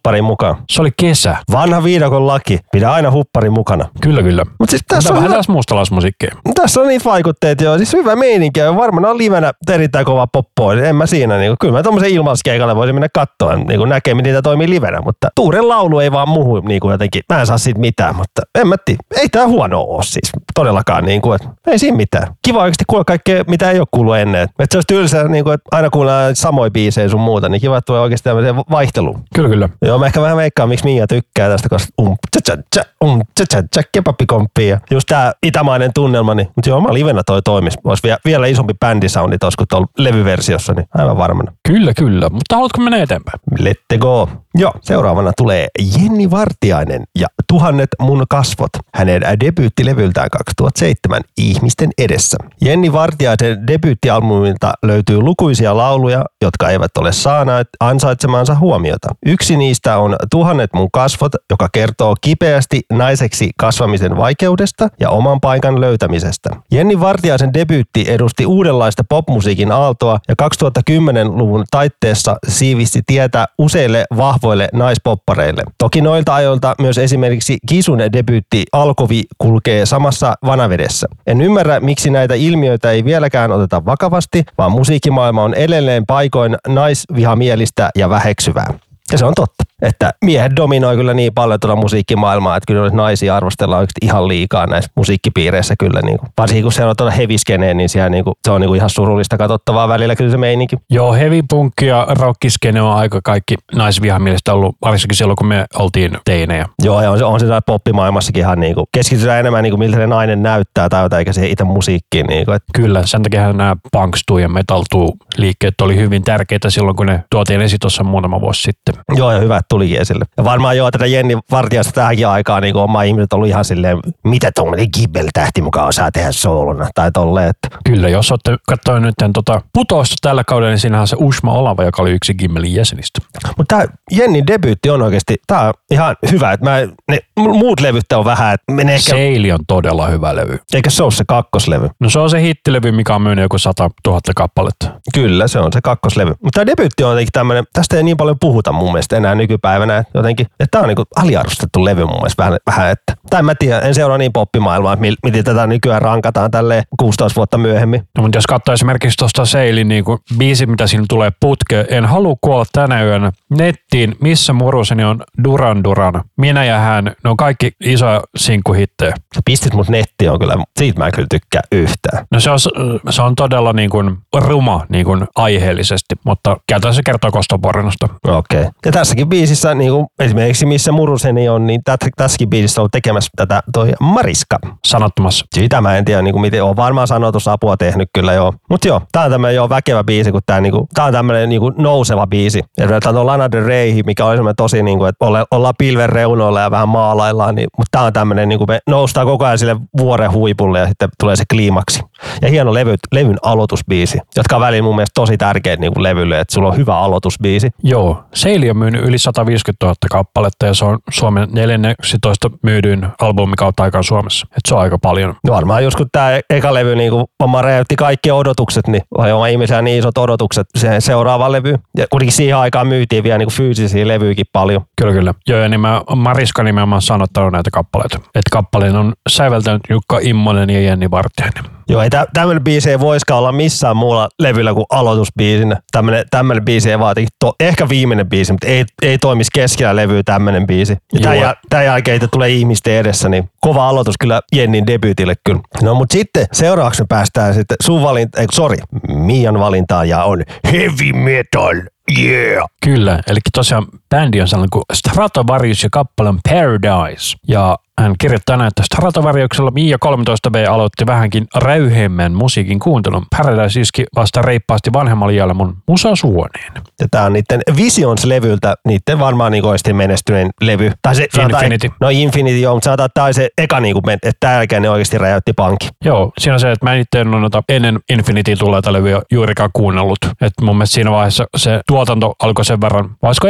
hupparin mukaan. Se oli kesä. Vanha viidakon laki. Pidä aina hupparin mukana. Kyllä, kyllä. Mut siis tässä on vähän hyvä... taas mustalaismusiikkia. Tässä on niitä vaikutteita, joo. Siis hyvä meininki ja varmaan livenä erittäin kova poppoa. En mä siinä. Niin kyllä mä tommosen ilmaiskeikalle voisin mennä katsoa. Niin näkee, miten tämä toimii livenä. Mutta Tuuren laulu ei vaan muhu niin kuin jotenkin. Mä en saa siitä mitään, mutta en mä tiedä. Ei tää huono ole siis. Todellakaan. Niin kuin, että ei siinä mitään. Kiva oikeasti kuulla kaikkea, mitä ei ole kuullut ennen. Että se olisi tylsää, niin kuin, että aina kuullaan samoja biisejä sun muuta. Niin kiva, että tulee oikeasti tämmöiseen vaihteluun. Kyllä, kyllä. Joo, mä ehkä vähän veikkaan, miksi Mia tykkää tästä, koska um, tsa tsa tsa, um, tsa tsa tsa, kebappikomppia. Ja just tää itämainen tunnelma, niin, mutta joo, mä livenä toi toimis. Olisi vielä, vielä isompi bändisoundi tuossa kuin tuolla levyversiossa, niin aivan varmana. Kyllä, kyllä. Mutta haluatko mennä eteenpäin? Let go. Joo, seuraavana tulee Jenni Vartiainen ja Tuhannet mun kasvot. Hänen debyyttilevyltään kaksituhattaseitsemän Ihmisten edessä. Jenni Vartiaisen debyyttialbumilta löytyy lukuisia lauluja, jotka eivät ole saaneet ansaitsemaansa huomiota. Yksi niistä on Tuhannet mun kasvot, joka kertoo kipeästi naiseksi kasvamisen vaikeudesta ja oman paikan löytämisestä. Jenni Vartiaisen debyytti edusti uudenlaista popmusiikin aaltoa ja kaksituhattakymmenluvun taitteessa siivisti tietä useille vahvoille naispoppareille. Toki noilta ajoilta myös esimerkiksi Kisun debyytti Alkovi kulkee samassa vanavedessä. En ymmärrä, miksi näitä ilmiöitä ei vieläkään oteta vakavasti, vaan musiikkimaailma on edelleen paikoin naisvihamielistä ja väheksyvää. Ja se on totta, että miehet dominoi kyllä niin paljon tuolla musiikkimaailmaa, että kyllä naisia arvostellaan oikeasti ihan liikaa näissä musiikkipiireissä kyllä. Niin kuin. Varsinkin kun siellä on tuolla heavy-skeneen, niin siellä niin kuin, se on niin kuin ihan surullista katsottavaa välillä kyllä se meininki. Joo, heavy-punk ja rockiskene on aika kaikki naisvihamielistä ollut, varsinkin silloin kun me oltiin teinejä. Joo, ja on se, on se poppimaailmassakin ihan niin kuin, keskitytään enemmän niin kuin miltä se nainen näyttää tai jotain, eikä siihen itse musiikkiin. Niin kuin, että. Kyllä, sen takia nämä punkstuu ja metaltuu liikkeet oli hyvin tärkeitä silloin, kun ne tuotiin esiin tuossa muutama vuosi sitten. Joo, ja hyvä, että tulikin esille. Ja varmaan joo, tätä Jenni Vartiaista tähänkin aikaan niin oma ihmiset on ollut ihan silleen, mitä tuommoinen Gibbel-tähti mukaan osaa tehdä soolona tai tolleen. Että. Kyllä, jos olette katsoin nyt tota putousta tällä kaudella, niin siinähän on se Ushma Olava, joka oli yksi Gimbelin jäsenistä. Mutta tämä Jennin debyytti on oikeasti, tämä on ihan hyvä, että mä, ne muut levyt on vähän, että menee ehkä. Seili on todella hyvä levy. Eikä se ole se kakkoslevy? No se on se hittilevy, mikä on myynyt joku sata tuhatta kappaletta. Kyllä, se on se kakkoslevy. Mutta tämä debyytti on jotenkin tämmöinen, tästä ei niin paljon puhuta mun mielestä enää nykypäivänä, että jotenkin, että tämä on niinku aliarvostettu levy mun mielestä vähän, vähän että. Tai en mä tiedä, en seuraa niin poppimaailmaa, että miten tätä nykyään rankataan tälleen kuusitoista vuotta myöhemmin. No mutta jos katsoo esimerkiksi tuosta Seilin niin biisi, mitä siinä tulee putkeen, en halua kuolla tänä yönä, nettiin, missä muruseni on Duran Duran, minä ja hän, ne on kaikki isoja sinkkuhittejä. Sä pistit mut nettiin on kyllä, siitä mä en kyllä tykkää yhtään. No se on, se on todella niin kuin ruma niin kuin aiheellisesti, mutta käytännössä se kertoo kostopornosta. Okei. Okay. Ja tässäkin biisissä, niin kuin esimerkiksi missä muruseni on, niin tät, tässäkin biisissä on tekemässä tätä toi Mariska. Sanottomassa. Sitä mä en tiedä, niin kuin miten on varmaan sanotusapua tehnyt kyllä joo. Mut joo, tää on tämmönen joo väkevä biisi, kun tää, niin kuin, tää on tämmönen niin kuin nouseva biisi. Ja tää on Lana Del Rey, mikä on semmoinen tosi, niin kuin, että ollaan pilven reunoilla ja vähän maalaillaan, niin, mutta tää on tämmönen, niin kuin me noustaan koko ajan sille vuoren huipulle ja sitten tulee se kliimaksi. Ja hieno levy, levyn aloitusbiisi, jotka on välillä mun mielestä tosi tärkeät niin kuin levylle, että sulla on hyvä aloitusbiisi. Joo, Seili on myynyt yli sata viisikymmentätuhatta kappaletta ja se on Suomen neljänneksitoista myydyin albumi kautta aikaan Suomessa. Et se on aika paljon. No varmaan just kun tää eka levy niin oma räjäytti kaikki odotukset, niin on ihmisillä niin isot odotukset siihen seuraavaan levyyn. Ja kuitenkin siihen aikaan myytiin vielä niin kuin fyysisiä levyykin paljon. Kyllä, kyllä. Joo, ja niin mä, Mariska nimenomaan sanottanut näitä kappaleita. Että kappaleen on säveltänyt Jukka Immonen ja Jenni Vartiainen. Joo, ei tä, tämmönen biisi ei voisikaan olla missään muulla levyllä kuin aloitusbiisinä. Tämmönen, tämmönen biisi ei vaati, to, ehkä viimeinen biisi, mutta ei, ei toimisi keskellä levyä tämmönen biisi. Ja tämän, jäl, tämän jälkeen, että tulee ihmisten edessä, niin kova aloitus kyllä Jennin debyytille kyllä. No mut sitten seuraavaksi me päästään sitten sun valinta, ei sori, Mian valintaan ja on heavy metal. Yeah. Kyllä, eli tosiaan bändi on sellainen kuin Stratovarius ja kappale on Paradise. Ja hän kirjoittaa näin, että Stratovariuksella Mia kolmetoista B aloitti vähänkin räyhemmän musiikin kuuntelun. Paradise iski vasta reippaasti vanhemmalla iällä mun musasuoneen. Ja tää on niiden Visions-levyltä, niiden varmaan niin oikeasti menestyneen levy. Tai se, Infinity. No Infinity, joo, mutta sanotaan, että tää on se eka, niin kuin, että tää jälkeen ne oikeasti räjäytti pankki. Joo, siinä on se, että mä en itse en ole noita ennen Infinity tulleita levyjä juurikaan kuunnellut. Että mun mielestä siinä vaiheessa se tuotanto alkoi sen verran, olisiko episodi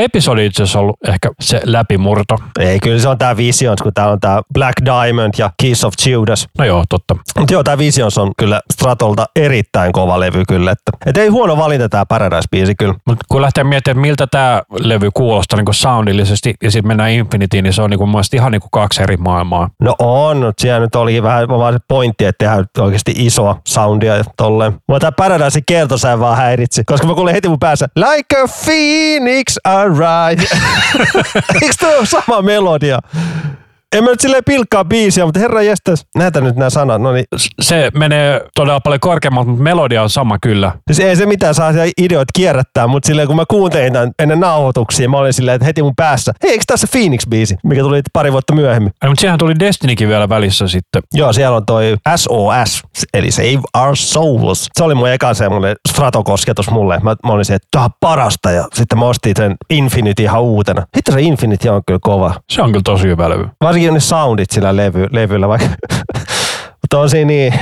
itse asiassa ollut ehkä se läpimurto. Ei, kyllä se on tää Visions, kun täällä on tää Black Diamond ja Kiss of Judas. No joo, totta. Mutta joo, tää Visions on kyllä Stratolta erittäin kova levy kyllä. Että, et ei huono valinta tää Paradise-biisi kyllä. Mutta kun lähtee miettimään, että miltä tää levy kuulostaa niin soundillisesti ja sitten mennään Infinityin, niin se on niin kuin, ihan niin kuin kaksi eri maailmaa. No on, mutta siellä nyt olikin vähän vaan se pointti, että tehdään oikeasti isoa soundia ja tolleen. Mua tää Paradise kertosää vaan häiritsi, koska mä kuulin heti mun päässä Like a phoenix arise. Eikö toi ole sama melodia? En mä nyt silleen pilkkaa biisiä, mutta herra jestas, näytä nyt nämä sanat. No niin. Se menee todella paljon korkeammalta, mutta melodia on sama kyllä. Siis ei se mitään saa ideoita kierrättää, mutta silleen kun mä kuuntelin tämän ennen nauhoituksia, mä olin silleen, että heti mun päässä, hei eikö tässä Phoenix-biisi, mikä tuli pari vuotta myöhemmin. Ai, mutta siinähän tuli Destinykin vielä välissä sitten. Joo, siellä on toi S O S, eli Save Our Souls. Se oli mun eka semmoinen stratokosketus mulle. Mä, mä olin se, että tää on parasta ja sitten mä ostin sen Infinity ihan uutena. Hitto se Infinity on kyllä kova. Se on kyllä tosi hyvä levy. Varsinkin ne soundit sillä levy, levyllä vaikka. Mutta on siinä niin,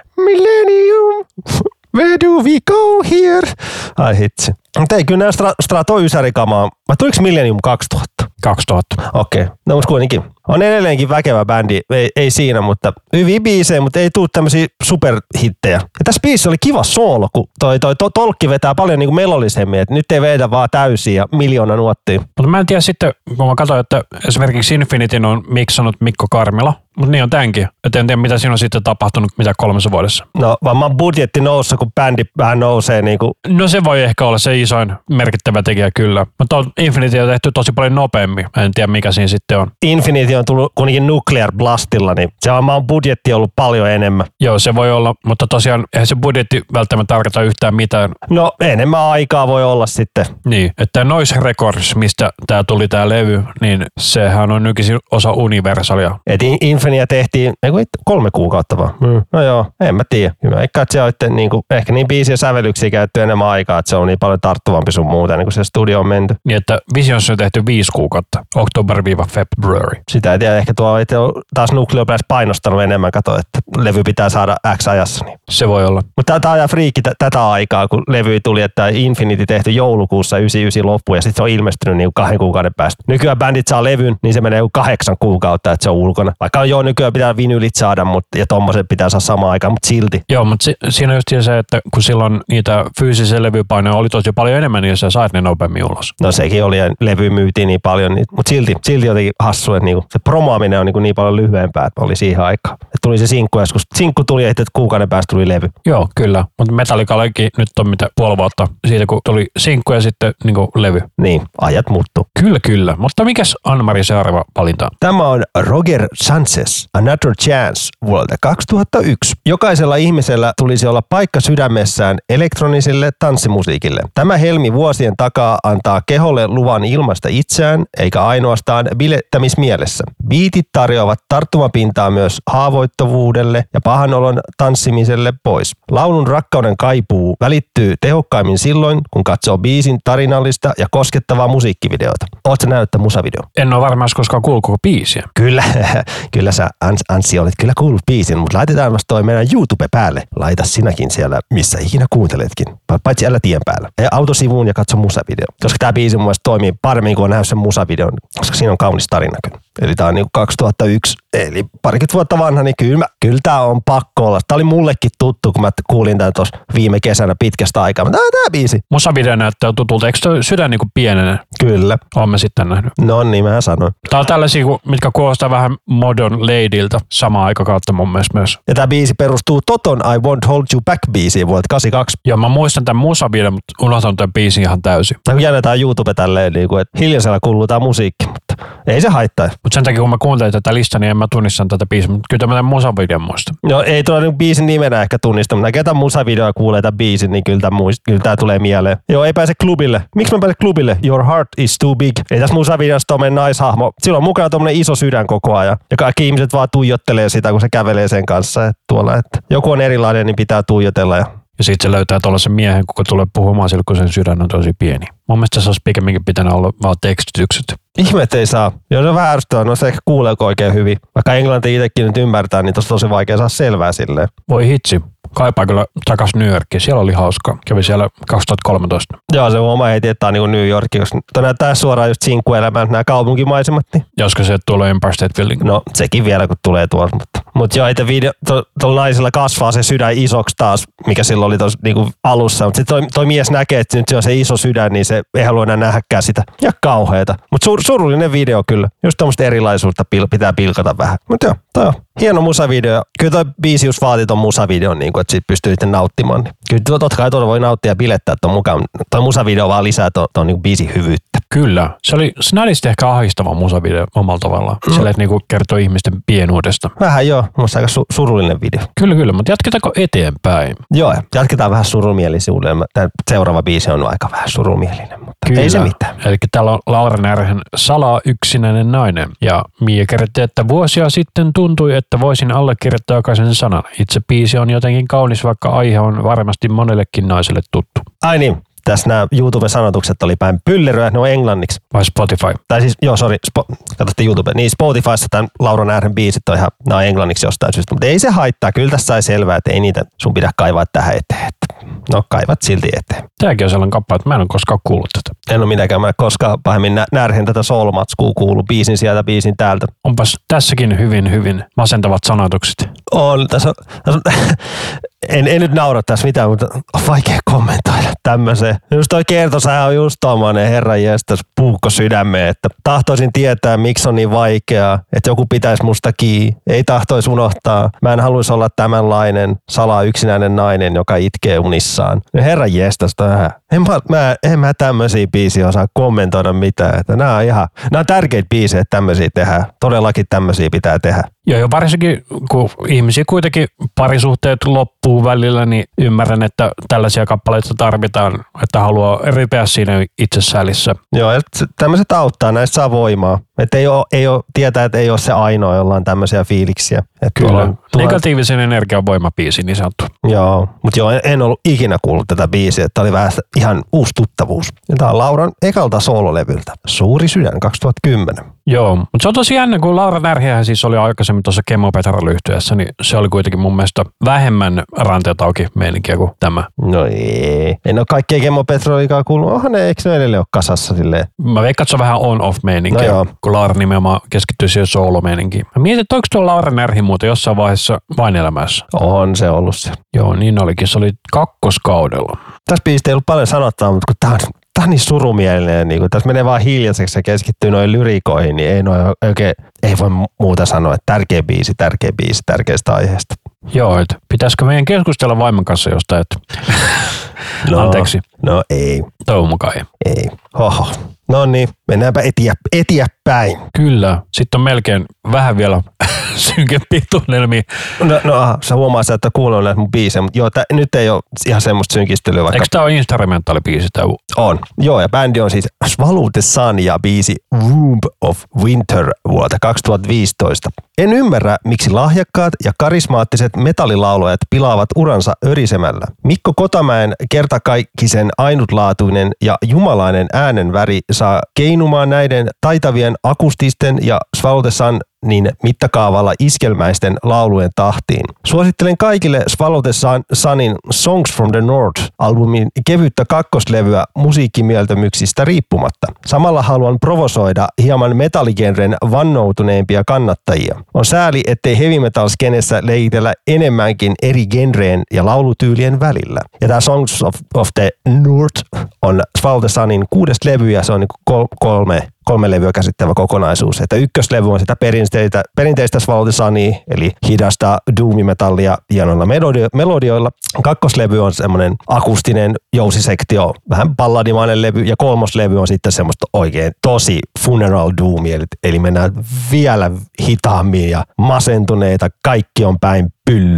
Millennium, where do we go here? Ai hitsi. Mutta ei, kyllä nämä stra, Strato ysärikamaa. Vai tuliko Millennium kaksituhatta? kaksituhatta. Okei, okay. No mutta kuitenkin. On edelleenkin väkevä bändi, ei, ei siinä, mutta hyviä biisejä, mutta ei tule tämmöisiä superhittejä. Ja tässä biisissä oli kiva soolo, kun toi, toi to, tolkki vetää paljon niinku melollisemmin, että nyt ei vedä vaan täysiä ja miljoona nuottia. Mutta mä en tiedä sitten, kun mä katsoin, että esimerkiksi Infinityn on miksannut Mikko Karmila, mutta niin on tämänkin. Että en tiedä, mitä siinä on sitten tapahtunut, mitä kolmessa vuodessa. No varmaan budjetti noussa, kun bändi vähän nousee. Niin kuin. No se voi ehkä olla se isoin merkittävä tekijä kyllä. Mutta Infinity on tehty tosi paljon nopeammin. En tiedä, mikä siinä sitten on. Infinity on tullut kuitenkin Nuclear Blastilla, niin se on maan budjetti ollut paljon enemmän. Joo, se voi olla, mutta tosiaan eihän se budjetti välttämättä tarkoita yhtään mitään. No enemmän aikaa voi olla sitten. Niin, että Noise Records, mistä tämä tuli tämä levy, niin sehän on nykyisin osa Universalia. Et Infinia tehtiin kolme kuukautta vaan. Mm. No joo, en mä tiedä. Mä eikä se on niin kuin, ehkä niin biisiä sävellyksiä käytetty enemmän aikaa, että se on niin paljon tarttuvampi sun muuta, niin kuin se studio on menty. Niin, että Visions on tehty viisi kuukautta, October-February. Sitä ei tiedä, ehkä tuo on taas Nuclear Blast painostanut enemmän, kato, että levy pitää saada X ajassa. Niin. Se voi olla. Mutta tämä on ihan friikki t- tätä aikaa, kun levy tuli, että Infinity tehty joulukuussa yhdeksänkymmentäyhdeksän loppuun ja sitten se on ilmestynyt niin kahden kuukauden päästä. Nykyään bändit saa levyn, niin se menee kahdeksan kuukautta, että se on ulkona. Vaikka joo, nykyään pitää vinylit saada, mutta, ja tommoset pitää saada samaan aikaan, mutta silti. Joo, mutta si- siinä on just se, että kun silloin niitä fyysisiä levypainoja oli tosi paljon enemmän, niin sä sait ne nopeammin ulos. No sekin oli, ja levy myytiin niin paljon, niin, mutta silti, silti jotenkin hassu, että niinku, se promoaminen on niinku niin paljon lyhyempää, että oli siihen aikaan. Et tuli se sinkku joskus. Sinkku tuli, että kuukauden päästä tuli levy. Joo, kyllä. Mutta Metallicallakin nyt on mitä puoli vuotta siitä, kun tuli sinkku ja sitten niinku levy. Niin, ajat muuttuu. Kyllä, kyllä. Mutta mikäs Anna-Mari seuraava valinta? Tämä on Roger Sanchez, Another Chance vuodelta kaksituhattayksi. Jokaisella ihmisellä tulisi olla paikka sydämessään elektroniselle tanssimusiikille. Tämä helmi vuosien takaa antaa keholle luvan ilmaista itseään, eikä ainoastaan bilettämismielessä. Biitit tarjoavat tarttumapintaa myös haavoittuvuudelle ja pahanolon tanssimiselle pois. Laulun rakkauden kaipuu välittyy tehokkaimmin silloin, kun katsoo biisin tarinallista ja koskettavaa musiikkivideota. Ootko näyttää musavideo? En ole varmaan koskaan kuullut koko biisiä. Kyllä, kyllä sä Ans, Anssi olet kyllä kuullut biisin, mutta laitetaan vasta toi meidän YouTube päälle. Laita sinäkin siellä, missä ikinä kuunteletkin. Paitsi älä tien päällä. Ja autosivuun ja katso musavideo. Koska tää biisi mun mielestä toimii paremmin kuin on nähnyt sen musavideon, koska siinä on kaunis tarina kyllä. Eli tää on niinku kaksituhattayksi, eli parikymmentä vuotta vanha, niin kyllä, mä, kyllä tää on pakko olla. Tää oli mullekin tuttu, kun mä kuulin tän tuossa viime kesänä pitkästä aikaa. Tää on tää biisi. Musavideo näyttää tutulta. Eikö toi sydän niinku pienenä? Kyllä. Oon mä sitten nähnyt. No niin, mä sanoin. Tää on tällaisia, mitkä kuulostaa vähän Modern Ladyltä samaan aikakautta mun mielestä myös. Ja tää biisi perustuu Toton I Won't Hold You Back -biisiin vuodelta kahdeksankymmentäkaksi. Joo, mä muistan tämän musavideon, mutta unohtan tämän biisin ihan täysin. No jännetään YouTube tälleen, niin kuin, että hiljaisella kuuluu tää musiikki, mutta ei se haittaa. Mutta sen takia, kun mä kuuntelin tätä listaa, niin en mä tunnistan tätä biisiä, mutta kyllä tämän musavideon muista. No ei tuolla niin biisin nimenä ehkä tunnista, mutta näkee tämän musavideon ja kuulee tämän biisin, niin kyllä tämä muist, kyllä tää tulee mieleen. Joo, ei pääse klubille. Miksi mä pääse klubille? Your heart is too big. Ei tässä musavideossa tommonen naishahmo. Sillä on mukana tommonen iso sydän koko ajan. Ja kaikki ihmiset vaan tuijottelee sitä, kun se kävelee sen kanssa. Että tuolla, että joku on erilainen, niin pitää tuijotella. Ja Ja sitten se löytää tuollaisen miehen, kuka tulee puhumaan sillä, kun sen sydän on tosi pieni. Mun mielestä se olisi pikemminkin pitänyt olla vaan tekstitykset. Ihme, ei saa. Jos se vähän ärsyttävää, no se ehkä kuuleeko oikein hyvin. Vaikka englanti itsekin nyt ymmärtää, niin tosi tosi vaikea saa selvää silleen. Voi hitsi. Kaipaa kyllä takaisin New Yorkiin. Siellä oli hauskaa. Kävi siellä kaksituhattakolmetoista. Joo, se huomaa heti, että tämä on niin New York, koska näyttää suoraan just sinkkuelämään nämä kaupunkimaisemat. Niin. Josko se tulee Empire State Building. No sekin vielä, kun tulee tuossa. Mutta, mutta joo, että video, tuolla to, naisella kasvaa se sydän isoksi taas, mikä silloin oli tuossa niin alussa. Mutta sitten toi, toi mies näkee, että nyt se on se iso sydän, niin se ei halua enää nähdäkään sitä. Ja kauheeta. Mutta sur, surullinen video kyllä. Just tuommoista erilaisuutta pil, pitää pilkata vähän. Mutta joo, toi on hieno musavideo. Kyllä toi biisi just vaatii ton musavideon, niin että siitä pystyy sitten nauttimaan. Kyllä totta kai tuolla voi nauttia ja bilettää ton mukaan. Toi musavideo vaan lisää ton, ton niin biisin hyvyyttä. Kyllä. Se oli snadisti ehkä ahistava musavideo omalla tavallaan. Mm. Se niinku kertoo ihmisten pienuudesta. Vähän joo, mutta aika su- surullinen video. Kyllä, kyllä, mutta jatketaanko eteenpäin? Joo, jatketaan vähän surumielisyyteen. Tämä seuraava biisi on aika vähän surumielinen, mutta kyllä. Ei se mitään. Eli täällä on Laura Närhen Salaa yksinäinen nainen. Ja Mia kerrotti, että vuosia sitten tuntui, että voisin allekirjoittaa jokaisen sanan. Itse biisi on jotenkin kaunis, vaikka aihe on varmasti monellekin naiselle tuttu. Ai niin. Tässä nämä YouTube-sanotukset oli päin pylleröä, ne on englanniksi. Vai Spotify? Tai siis, joo, sori, spo, katsotte YouTube. Niin Spotifyssa tämän Laura Närhen biisit on ihan, nämä on englanniksi jostain syystä. Mutta ei se haittaa, kyllä tässä sai selvää, että ei niitä sun pidä kaivaa tähän eteen. No kaivat silti eteen. Tämäkin on sellainen kappale, että mä en ole koskaan kuullut tätä. En ole minäkään, mä en koskaan pahemmin Närhen tätä soul-matskua kuullut, biisin sieltä, biisin täältä. Onpas tässäkin hyvin, hyvin masentavat sanotukset. On, tässä on, tässä on en, en nyt naura tässä mitään, mutta on vaikea kommentoida tämmöiseen. Just toi kertosää on just tommoinen herran jästäs puukko sydämeen, että tahtoisin tietää, miksi on niin vaikeaa, että joku pitäisi musta kiinni, ei tahtoisi unohtaa. Mä en haluaisi olla tämänlainen salaa yksinäinen nainen, joka itkee unissaan. Herran jästäs, en mä, mä, en mä tämmöisiä biisiä osaa kommentoida mitään. Että nämä on ihan, nämä on tärkeitä biisejä, että tämmöisiä tehdään. Todellakin tämmöisiä pitää tehdä. Joo, jo varsinkin kun ihmisiä kuitenkin parisuhteet loppuu välillä, niin ymmärrän, että tällaisia kappaleita tarvitaan, että haluaa ripeä siinä itsesäälissä. Joo, tämmöiset auttaa, näistä saa voimaa. Että ei ole, ei ole, tietää, että ei ole se ainoa, jolla on tämmöisiä fiiliksiä. Että kyllä, tuolla, negatiivisen energian voimabiisi niin sanottu. Joo, mutta joo, en, en ollut ikinä kuullut tätä biisiä, että tämä oli vähän ihan uusi tuttavuus. Ja tämä on Lauran ekalta soololevyltä, Suuri sydän kaksituhattakymmenen. Joo, mutta se on tosi jännä, kun Laura Närhiähän siis oli aikaisemmin tuossa Kemo Petra-lyhtyessä, niin se oli kuitenkin mun mielestä vähemmän ranteet auki meininkiä kuin tämä. No ei, en ole kaikkea Kemo Petra-liikaa kuullut, onhan ne, eikö ne edelleen ole kasassa silleen? Mä veikkaan, että se on vähän on-off meininkiä, no kun Laura nimenomaan keskittyy siihen soolo-meininkiin. Mä mietin, että oliko tuo Laura Närhi muuten jossain vaiheessa vain elämässä? On se ollut se. Joo, niin olikin, se oli kakkoskaudella. Tässä biisistä ei ollut paljon sanottavaa, mutta kun tää on Tämä on niin surumielinen, niin kun tässä menee vaan hiljaiseksi ja keskittyy noihin lyrikoihin, niin ei, noin oikein, ei voi muuta sanoa, että tärkeä biisi, tärkeä biisi, tärkeästä aiheesta. Joo, että pitäisikö meidän keskustella vaimon kanssa jostain, että no, anteeksi. No ei. Toivon mukaan ei. Ei. Hoho. No niin, mennäänpä etiä, etiä päin. Kyllä. Sitten on melkein vähän vielä synkempiä tunnelmia. No, no aha, sä huomaat, että kuunnellut näitä mun biisejä, mutta joo, tää, nyt ei ole ihan semmoista synkistelyä. Vaikka... Eikö tää ole instrumentaalibiisi tää? On. Joo, ja bändi on siis Swallow the Sun ja biisi Womb of Winter vuodelta kaksituhattaviisitoista. En ymmärrä, miksi lahjakkaat ja karismaattiset metallilaulajat pilaavat uransa örisemällä. Mikko Kotamäen kertakaikkisen ainutlaatuinen ja jumalainen äänenväri saa keinumaan näiden taitavien akustisten ja Swallow the Sun niin mittakaavalla iskelmäisten laulujen tahtiin. Suosittelen kaikille Swallow the Sunin Songs from the North-albumin kevyttä kakkoslevyä musiikkimieltymyksistä riippumatta. Samalla haluan provosoida hieman metalligenren vannoutuneimpia kannattajia. On sääli, ettei heavy metal-skenessä leikitellä enemmänkin eri genreen ja laulutyylien välillä. Ja tämä Songs of, of the North on Swallow the Sunin kuudes levy ja se on niin kolme kolme levyä käsittävä kokonaisuus. Että ykköslevy on sitä perinteistä, perinteistä Swallow the Sunia, eli hidasta doomimetallia hienoilla melodio, melodioilla. Kakkoslevy on semmoinen akustinen jousisektio, vähän balladimainen levy, ja kolmoslevy on sitten semmoista oikein tosi funeral doomia, eli, eli mennään vielä hitaammin ja masentuneita, kaikki on päin pyllyä.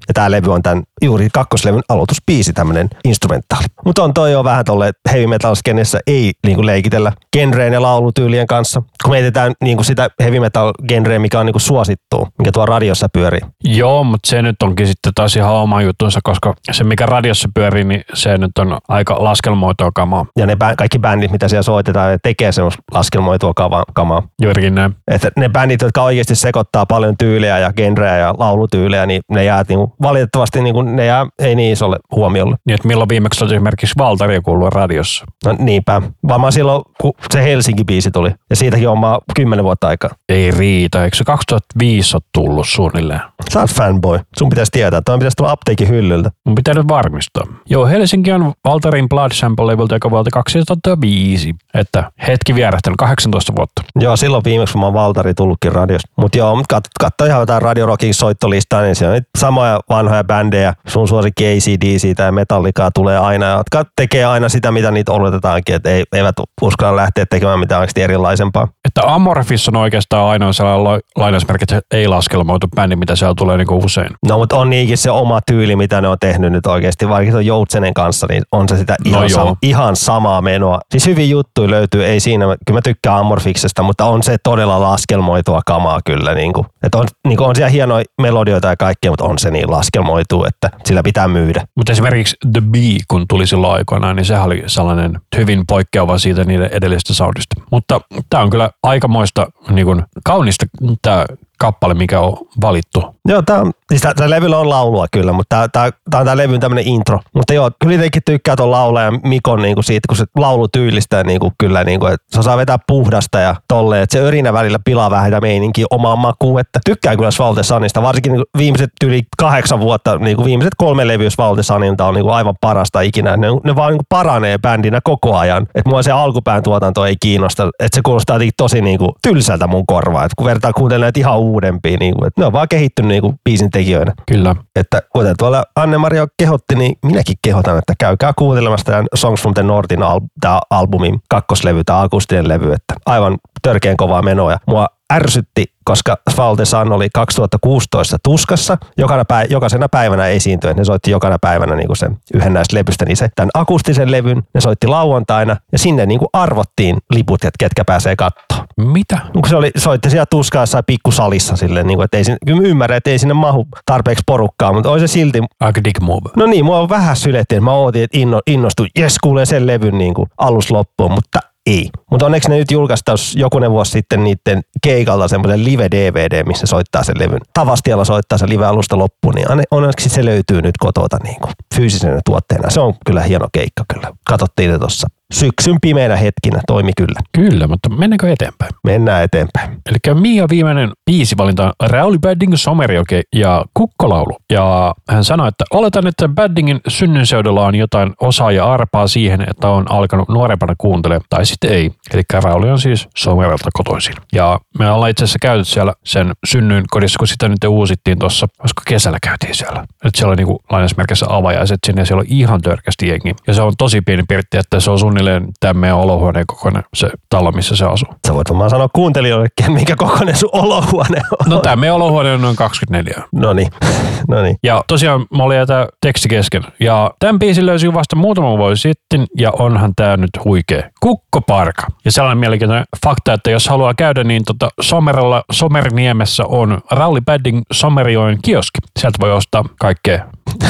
Ja tää levy on tämän juuri kakkoslevyn aloitusbiisi, tämmönen instrumentaali. Mutta on toi jo vähän tolle heavy metal skenessä ei niinku leikitellä genreen ja laulutyylien kanssa. Kun mietitään niinku sitä heavy metal genreä, mikä on niinku suosittua, mikä tuo radiossa pyörii. Joo, mutta se nyt onkin sitten taas ihan oma juttunsa, koska se mikä radiossa pyörii, niin se nyt on aika laskelmoitua kamaa. Ja ne bä- kaikki bändit, mitä siellä soitetaan, ne tekee semmoista laskelmoitua kamaa. Juurikin näin. Että ne bändit, jotka oikeasti sekoittaa paljon tyyliä ja genreä ja laulutyylejä, niin ne jää niinku, valitettavasti niinku, ne jää ei niin isolle huomiolle. Niin, että milloin viimeksi on esimerkiksi Valtaria kuullut radiossa? No niinpä. Varmaan silloin, kun se Helsinki-biisi tuli. Ja siitäkin on maa kymmenen vuotta aikaa. Ei riitä. Eikö se kaksituhattaviisi ole tullut suunnilleen? Sä oot fanboy. Sun pitäisi tietää. Toi pitäisi tulla apteekin hyllyltä. Mun pitää nyt varmistaa. Joo, Helsinki on Valtarin Blood Sample-levyltä, joka vuodelta kaksituhattaviisi. Että hetki vierähtänyt kahdeksantoista vuotta. Joo, silloin viimeksi mä oon Valtari tullutkin radiosta. Mutta joo, kat, katso ihan jotain Radio Rockin soittolistaa, niin siellä on samoja vanhoja bändejä. Sun suosikki A C D C tai Metallicaa tulee aina, jotka tekee aina sitä, mitä niitä odotetaankin. Että ei, eivät uskalla lähteä tekemään mitään oikeasti erilaisempaa. Että Amorphis on oikeastaan ainoa sellainen lainausmerkit, että ei laskelmoitu bändi, mitä siellä tulee niin kuin usein. No, mutta on niinkin se oma tyyli, mitä ne on tehnyt nyt oikeasti. Vaikka se on Joutsenen kanssa, niin on se sitä ihan, no sam- ihan samaa menoa. Siis hyvin juttuja löytyy, ei siinä. Kyllä mä tykkään Amorphiksesta, mutta on se todella laskelmoitua kamaa kyllä. Niin kuin. Että on, niin kuin on siellä hienoja melodioita ja kaikkea, mutta on se niin laskelmoitu, että sillä pitää myydä. Mutta esimerkiksi The Bee, kun tuli silloin aikoinaan, niin sehän oli sellainen hyvin poikkeava siitä niiden edellisestä soundista. Mutta tämä on kyllä aikamoista niin kuin, kaunista tämä kappale, mikä on valittu. Joo, tämä on, siis tämä levyllä on laulua kyllä, mutta tämä on tämä levyn tämmöinen intro. Mutta joo, kyllä itsekin tykkää tuon laulajan Mikon niinku siitä, kun se laulu tyylistää niinku, kyllä, niinku, että se osaa vetää puhdasta ja tolleen, että se örinä välillä pilaa vähän sitä meininkiä omaan makuun, että tykkää kyllä Svalte Sanista, varsinkin niinku viimeiset yli kahdeksan vuotta, niinku viimeiset kolme levyä Svalte Sanilta on niinku aivan parasta ikinä. Ne, ne vaan niinku paranee bändinä koko ajan, että mua se alkupään tuotanto ei kiinnosta, että se kuulostaa tosi niinku tylsältä mun korvaa, että kun vertaa kuuntelemaan näitä ihan uudempia, niinku, että ne on vaan kehittynyt niinku biisin tekijöinä. Kyllä. Että kuten tuolla Anne-Maria kehotti, niin minäkin kehotan, että käykää kuuntelemassa tämän Songs from the Northin al- tämä albumin kakkoslevy, tämä akustinen levy, että aivan törkeän kovaa menoa. Mua ärsytti, koska Svalte Sun oli kaksituhattakuusitoista tuskassa jokana päiv- jokaisena päivänä esiintyen. Ne soitti jokana päivänä niinku sen yhden näistä levystä, niin se tämän akustisen levyn ne soitti lauantaina ja sinne niinku arvottiin liput, että ketkä pääsee katsoa. Mitä? Se oli, soitti siellä tuskaassa pikkusalissa silleen, niinku, että ei sinne, kyllä ymmärrän, että ei sinne mahu tarpeeksi porukkaa, mutta oli se silti. Aika dick move. No niin, mua on vähän sylettiin, mä ootin, että inno, innostuin, jes kuulee sen levyn niinku alus loppuun, mutta ei. Mutta onneksi ne nyt julkaistaan jokunen vuosi sitten niiden keikalta semmoisen live-D V D, missä soittaa sen levyn. Tavastialla soittaa se live-alusta loppuun, niin onneksi se löytyy nyt kotota niin kuin fyysisenä tuotteena. Se on kyllä hieno keikka kyllä. Katsottiin ne tuossa syksyn pimeänä hetkinä, toimi kyllä. Kyllä, mutta mennäänkö eteenpäin? Mennään eteenpäin. Eli Mia viimeinen biisivalinta on Rauli Baddingin Somerjoki ja Kukkolaulu. Ja hän sanoi, että oletan, että Baddingin synnyinseudulla on jotain osaa ja arpaa siihen, että on alkanut nuorempana kuuntelemaan, tai sitten ei. Eli Rauli on siis Somerelta kotoisin. Ja me ollaan itse asiassa käyty siellä sen synnyin kodissa, kun sitä nyt uusittiin tuossa, koska kesällä käytiin siellä. Nyt siellä on niinku lainausmerkissä avajaiset sinne ja siellä on ihan törkästi jengi. Ja se on tosi pieni pirtti, että se on suunnilleen tämän meidän olohuoneen kokoinen se talo, missä se asuu. Sä voit varmaan sanoa kuuntelijoillekin, mikä kokoinen sun olohuone on. No tämä meidän olohuone on noin kaksikymmentäneljä. Noniin, noniin. Ja tosiaan mä olin jätä teksti kesken. Ja tämän biisin löysin vasta muutama vuosi sitten ja onhan tää nyt huikea. Kukkoparka. Ja sellainen mielenkiintoinen fakta, että jos haluaa käydä, niin tota Someralla, Somerniemessä on Rauli Badding Somerjoen kioski. Sieltä voi ostaa kaikkea.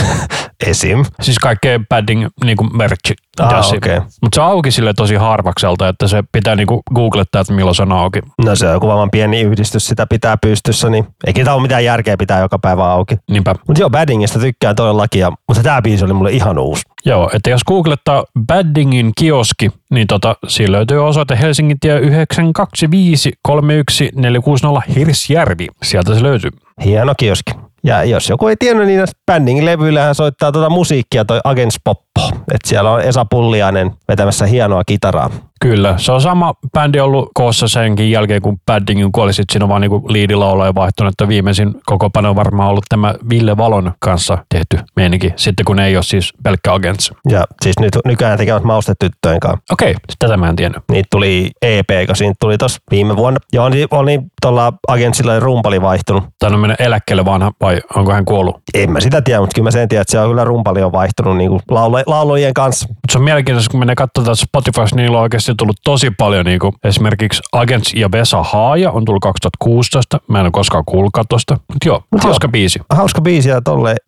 Esim. Siis kaikkea Badding niinku merchi. Ah, okay. Mutta se on auki sille tosi harvakselta, että se pitää niinku googlettaa, että milloin se on auki. No se on joku vaan pieni yhdistys, sitä pitää pystyssä, niin eikä tämä ole mitään järkeä pitää joka päivä auki. Niinpä. Mutta joo, Baddingista tykkään todellakin, ja, mutta tämä biisi oli mulle ihan uusi. Joo, että jos googlettaa Baddingin kioski, niin tota, siinä löytyy osoite Helsingin tie yhdeksän kaksi viisi kolme yksi neljä kuusi nolla Hirsjärvi. Sieltä se löytyy. Hieno kioski. Ja jos joku ei tiennyt, niin Baddingin levyillähän soittaa tuota musiikkia toi Agents Poppo. Että siellä on Esa Pulliainen vetämässä hienoa kitaraa. Kyllä, se on sama bändi ollut koossa senkin jälkeen, kun Paddingin kuoli. Sitten siinä on vaan niinku liidilaulaja vaihtunut, että viimeisin kokopano on varmaan ollut tämä Ville Valon kanssa tehty meininki, sitten kun ei ole siis pelkkä Agents. Ja siis nyt nykyään tekevät Maustetyttöjen kanssa. Okei, tätä mä en tiennyt. Niitä tuli E P, kun siitä tuli tossa viime vuonna. Joo, niin oli tuolla Agentsilla rumpali vaihtunut. Tai on mennyt eläkkeelle vanha vai onko hän kuollut? En mä sitä tiedä, mutta kyllä mä sen tiedän, että se on kyllä rumpali on vaihtunut niin laulu- laulujien kanssa. Mutta se on mielenkiintoista, kun menee katsotaan Spotifyssa, niin niillä on oikeasti tullut tosi paljon. Niin kuin esimerkiksi Agents ja Vesa Haaja on tullut kaksituhattakuusitoista. Mä en ole koskaan kuullutkaan tosta. Mutta joo, Mut hauska joo. biisi. Hauska biisi ja tolleen.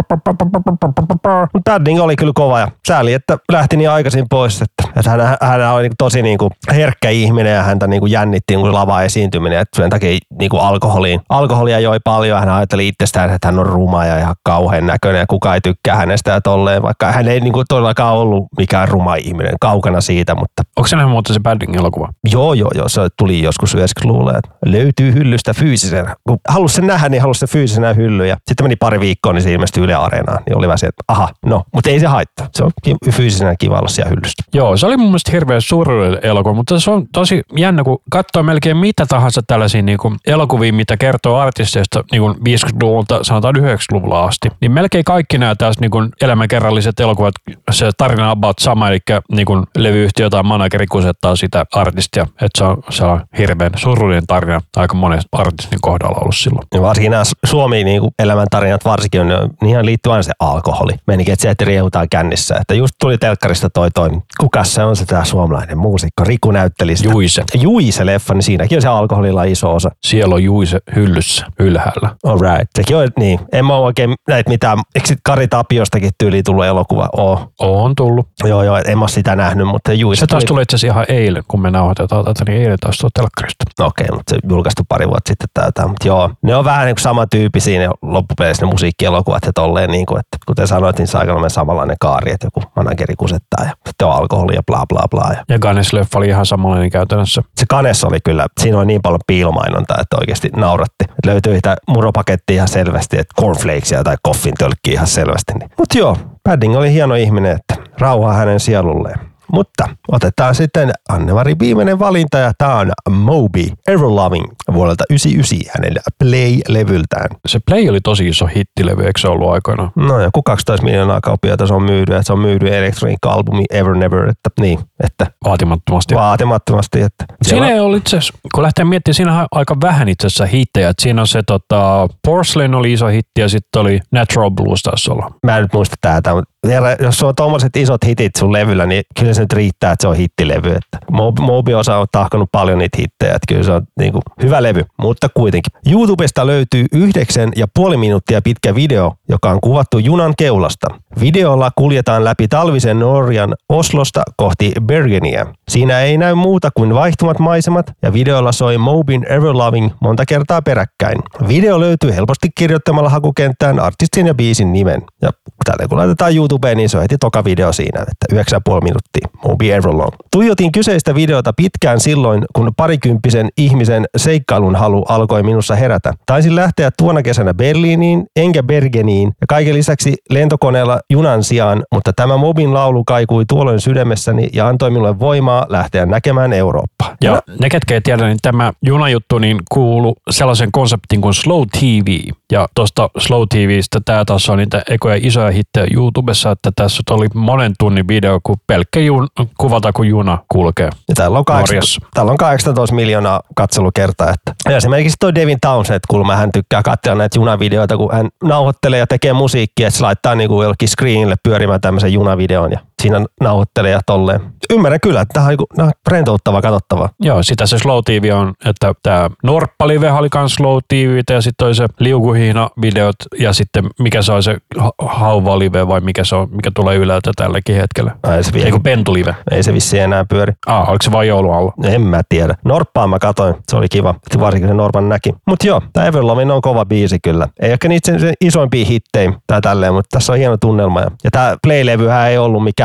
Mutta Padding oli kyllä kova ja sääli, että lähti niin aikaisin pois. Että, että hän, hän oli niin tosi niin kuin herkkä ihminen ja häntä niin kuin jännitti niin kuin lava esiintyminen. Että sen takia niin kuin alkoholiin. Alkoholia joi paljon. Hän ajatteli itsestään, että hän on ruma ja ihan kauhean näköinen ja kukaan ei tykkää hänestä ja tolleen. Vaikka hän ei niin kuin todellakaan ollut mikään ruma ihminen. Kaukana siitä, mutta... Onko se nähnyt muuten se Paddingin elokuva? Joo, joo, joo. Se tuli joskus yhdeksänkymmentäluvulla, että löytyy hyllystä fyysisenä. Kun halusi sen nähdä, niin halusi sen fyysisenä hyllyä. Sitten meni pari viikkoa, niin se ilmestyi Yle Areenaan. Niin oli vähän se, että aha, no, mutta ei se haittaa. Se on fyysisenä kiva olla siellä hyllystä. Joo, se oli mun mielestä hirveän surullinen elokuva, mutta se on tosi jännä, kun katsoo melkein mitä tahansa tällaisia niin kuin elokuvia, mitä kertoo artisteista niin kuin viisikymmentäluvulta, sanotaan yhdeksänkymmentäluvulla asti. Niin melkein kaikki nämä taas niin kuin elämänkerralliset elokuvat, se tarina on about sama, eli niin kuin levyyhtiö tai manageri kusettaa sitä artistia, että se on, se on hirveän surullinen tarina aika monen artistin kohdalla ollut silloin. Ja varsinkin nämä Suomi niin kuin elämäntarinat varsinkin, on, niihin liittyy aina se alkoholi. Menikin, että se, että riehutaan kännissä. Että just tuli telkkarista toi toi, kukas se on se tämä suomalainen muusikko, Riku näytteli sitä. Juise. Juise-leffa, niin siinäkin on se alkoholilla iso osa. Siellä on Juise hyllyssä ylhäällä. All right. Sekin on, niin. En mä oikein näitä mitään, eikö sit Kari Tapiostakin tyyliin tullut elokuva? Oo. On tullut. Joo, joo, en mä sitä nähnyt, mutta Juise se taas tuli itse asiassa ihan eilen, kun me nauhoitetaan tätä, niin eilen taas tuo telkkarista. Okei, okay, mutta se julkaistu pari vuotta sitten täytää. Mutta joo, ne on vähän niin kuin samantyyppisiä ne loppupeleissä ne musiikkielokuvat ja tolleen, niin kuin, että kuten sanoit, niin se on aika samanlainen kaari, että joku manageri kusettaa ja sitten on alkoholi ja bla bla bla. Ja, ja Ganes-leffa oli ihan samanlainen käytännössä. Se Ganes oli kyllä, siinä oli niin paljon piilomainontaa, että oikeasti nauratti. Et löytyi sitä muropakettia ihan selvästi, että cornflakesia tai koffin tölkkiä ihan selvästi. Niin. Mutta joo, Padding oli hieno ihminen, että rauhaa hänen sielulleen. Mutta otetaan sitten Anne-Mari viimeinen valinta ja tämä on Moby Everloving vuodelta yhdeksänkymmentäyhdeksän hänen Play-levyltään. Se Play oli tosi iso hittilevy, eikö se ollut aikoina? No joku kaksitoista miljoonaa kauppiaita se on myydy, että se on myydy elektroniikka-albumi Ever Never, että niin, että vaatimattomasti. Vaatimattomasti, että siinä ei ollut itse asiassa, kun lähtee miettimään, siinä on aika vähän itse asiassa hittejä, että siinä on se tota, Porcelain oli iso hitti ja sitten oli Natural Blues taisi olla. Mä en nyt muista tätä, mutta jos on tommoset isot hitit sun levyllä, niin kyllä se nyt riittää, että se on hittilevy. Että Moby osa on tahkonut paljon niitä hittejä, että kyllä se on niin kuin hyvä levy, mutta kuitenkin. YouTubesta löytyy yhdeksän ja puoli minuuttia pitkä video, joka on kuvattu junan keulasta. Videolla kuljetaan läpi talvisen Norjan Oslosta kohti Bergeniä. Siinä ei näy muuta kuin vaihtuvat maisemat ja videolla soi Mobyn Everloving monta kertaa peräkkäin. Video löytyy helposti kirjoittamalla hakukenttään artistin ja biisin nimen. Ja tällä kun laitetaan YouTubeen, niin se on heti toka video siinä, että yhdeksän ja puoli minuuttia. Moby Everlong. Tuijotin kyseistä videota pitkään silloin, kun parikymppisen ihmisen seikkailun halu alkoi minussa herätä. Taisin lähteä tuona kesänä Berliiniin, enkä Bergeniin ja kaiken lisäksi lentokoneella junan sijaan, mutta tämä Mobyn laulu kaikui tuolloin sydämessäni ja antoi minulle voimaa lähteä näkemään Eurooppaa. Ja, ja ne, ketkä ei tiedä, niin tämä junajuttu niin kuuluu sellaisen konseptin kuin Slow T V. Ja tuosta Slow T V:stä tämä taas on niitä ekoja isoja hittejä YouTubessa, että tässä oli monen tunnin video, kun pelkkä jun, kuvata, kun juna kulkee. Ja täällä on, kahdeksantoista, täällä on kahdeksantoista miljoonaa katselukertaa. Että. Ja esimerkiksi toi Devin Townsend, kulma hän tykkää katsella näitä junavideoita, kun hän nauhoittelee ja tekee musiikkia, että se laittaa niinku jollekin screenille pyörimään tämmöisen junavideon ja siinä nauhoittelee ja tolleen. Ymmärrän kyllä, että tämä on, on rentouttavaa, katsottavaa. Joo, sitä se Slow T V on, että tämä Norppa-live oli myös Slow T V:tä ja sitten oli se liukuhihna-videot ja sitten mikä se on se Hauva-live vai mikä se on, mikä tulee ylältä tälläkin hetkellä. Ei se Eikö Pentu-live? Ei se vissiin enää pyöri. Ah, oliko se vain joulun alla? En mä tiedä. Norppaa mä katoin, se oli kiva, varsinkin se Norpan näki. Mut joo, tää Everloving on kova biisi kyllä. Ei ehkä niitä sen isoimpia hittejä tai tälleen, mutta tässä on hieno tunnelma. Ja tää Play-levyhän ei ollut mikään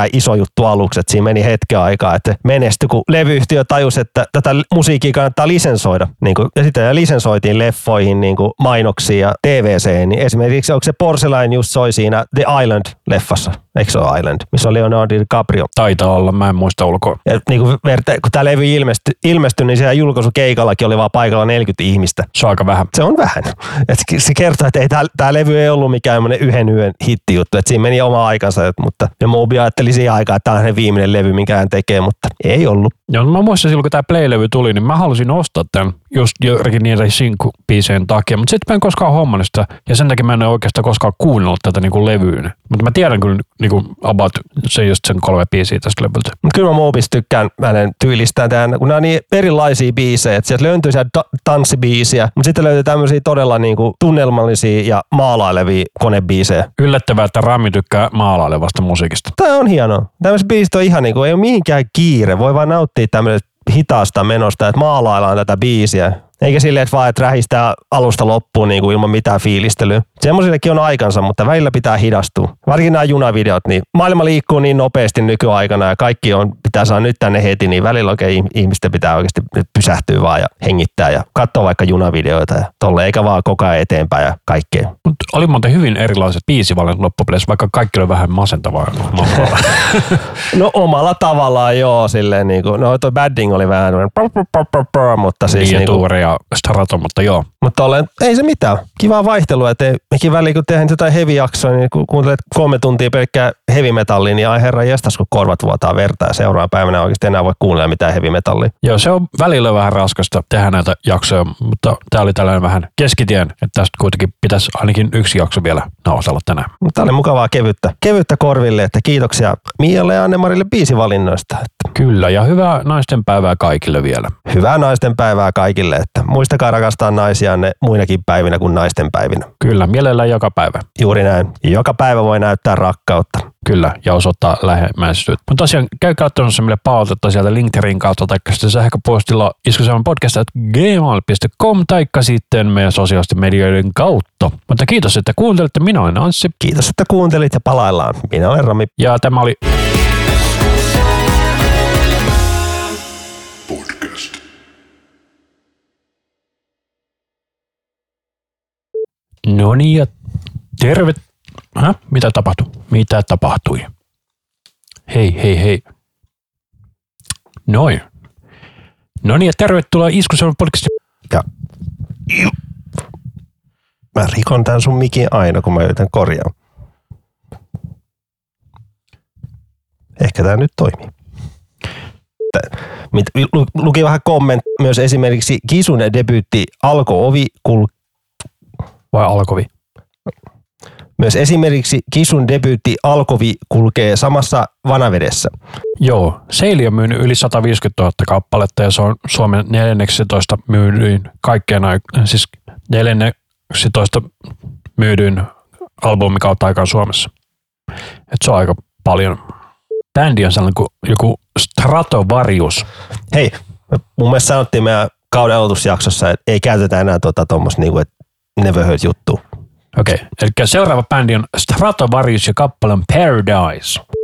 mikään iso juttu aluksi, että siinä meni hetken aikaa, että menestyi, kun levyyhtiö tajusi, että tätä musiikkia kannattaa lisensoida. Niin kuin, ja sitten lisensoitiin leffoihin niin kuin mainoksiin ja T V C:hen, niin esimerkiksi onko se Porcelain just soi siinä The Island-leffassa, eikö se ole Island, missä oli Leonardo DiCaprio. Taitaa olla, mä en muista ulkoa. Ja niin kuin, kun tämä levy ilmestyi, ilmestyi, niin siellä julkaisukeikallakin oli vaan paikalla neljäkymmentä ihmistä. Se on aika vähän. Se on vähän. Et se kertoo, että ei, tämä levy ei ollut mikään yhden yön hittijuttu, että siinä meni oma aikansa, mutta ja Moby ajatteli siihen aikaan, että tämä on hänen viimeinen levy, minkä hän tekee, mutta ei ollut. Joo, mä muistan silloin, kun tämä Play-levy tuli, niin mä halusin ostaa tämän just jotenkin niiden sinkkubiiseen takia, mutta sitten mä en koskaan hommannut sitä, ja sen takia mä en ole oikeastaan koskaan kuunnellut tätä niin kuin levyyn. Mutta mä tiedän kyllä niin kuin about se just sen kolme biisiä tästä levyltä. Kyllä mä Mobista tykkään hänen tyylistään tämän, kun nämä on niin erilaisia biisejä, että sieltä löytyy sieltä ta- tanssibiisiä, mutta sitten löytyy tämmöisiä todella niin kuin tunnelmallisia ja maalailevia konebiisejä. Yllättävää, että Rami tykkää maalailevasta musiikista. Tämä on hienoa. Tämmöiset biisit on ihan niin kuin, ei ole mihinkään kiire, voi vaan nauttia tämmöisestä hitaasta menosta, että maalaillaan tätä biisiä. Eikä silleen, että vaan, että rähistää alusta loppuun niin kuin ilman mitään fiilistelyä. Semmoisillekin on aikansa, mutta välillä pitää hidastua. Varsinkin nämä junavideot, niin maailma liikkuu niin nopeasti nykyaikana ja kaikki on, pitää saada nyt tänne heti, niin välillä oikein ihmisten pitää oikeasti pysähtyä vaan ja hengittää ja katsoa vaikka junavideoita ja tolle, eikä vaan koko ajan eteenpäin ja kaikkea. Mutta oli muuten hyvin erilaiset biisivalinnat loppupeleissä, vaikka kaikki oli vähän masentavaa. No omalla tavallaan joo, silleen niin kuin, no toi Badding oli vähän, mutta siis niin, niin kuin, ja Strato, mutta joo. Mutta olen, ei se mitään. Kivaa vaihtelua, että mekin väliin kun tehdään jotain heavy-jaksoa, niin kun kuuntelet kolme tuntia pelkkää heavy-metallia, niin ai herra jestas, kun korvat vuotaa verta ja seuraavana päivänä oikeasti enää voi kuunnella mitään heavy-metallia. Joo, se on välillä vähän raskasta tehdä näitä jaksoja, mutta tämä oli tällainen vähän keskitien, että tästä kuitenkin pitäisi ainakin yksi jakso vielä nauhoitella tänään. Mutta oli mukavaa kevyttä, kevyttä korville, että kiitoksia Mialle ja Anne-Marille biisivalinnoista. Kyllä, ja hyvää naistenpäivää kaikille vielä. Hyvää naistenpäivää kaikille, että muistakaa rakastaa naisianne muinakin päivinä kuin naistenpäivinä. Kyllä, mielellään joka päivä. Juuri näin. Joka päivä voi näyttää rakkautta. Kyllä, ja osoittaa lähemmäisyyttä. Mutta tosiaan käy katsomassa meille palautetta sieltä Linkterin kautta tai sitten sähköpostilla iskusevan podcast at gmail piste com taikka sitten meidän sosiaalisten medioiden kautta. Mutta kiitos, että kuuntelitte. Minä olen Anssi. Kiitos, että kuuntelit ja palaillaan. Minä olen Rami. Ja tämä oli Podcast. No niin, ja terve... Häh? Mitä tapahtui? Mitä tapahtui? Hei, hei, hei. Noin. No niin, ja tervetuloa Iskusevan podcastiin. Ja... Mä rikon tän sun mikin aina, kun mä yritän korjaa. Ehkä tää nyt toimii. Luki vähän kommentti myös esimerkiksi Kisun debyytti Alko Ovi kul... Vai Alkovi? Myös esimerkiksi Kisun debyytti Alkovi kulkee samassa vanavedessä. Joo, Seili on myynyt yli sata viisikymmentätuhatta kappaletta ja se on Suomen neljänneksitoista myydyin kaikkeen aikaan, siis neljänneksitoista myydyin albumi kautta aikaan Suomessa. Et se on aika paljon. Bändi on sellainen kuin joku Stratovarius. Hei, mun mielestä sanottiin meidän kauden aloitusjaksossa, että ei käytetä enää tuota tuommoista niinku, että never heard juttua. Okei, okay. Eli seuraava bändi on Stratovarius ja kappale on Paradise.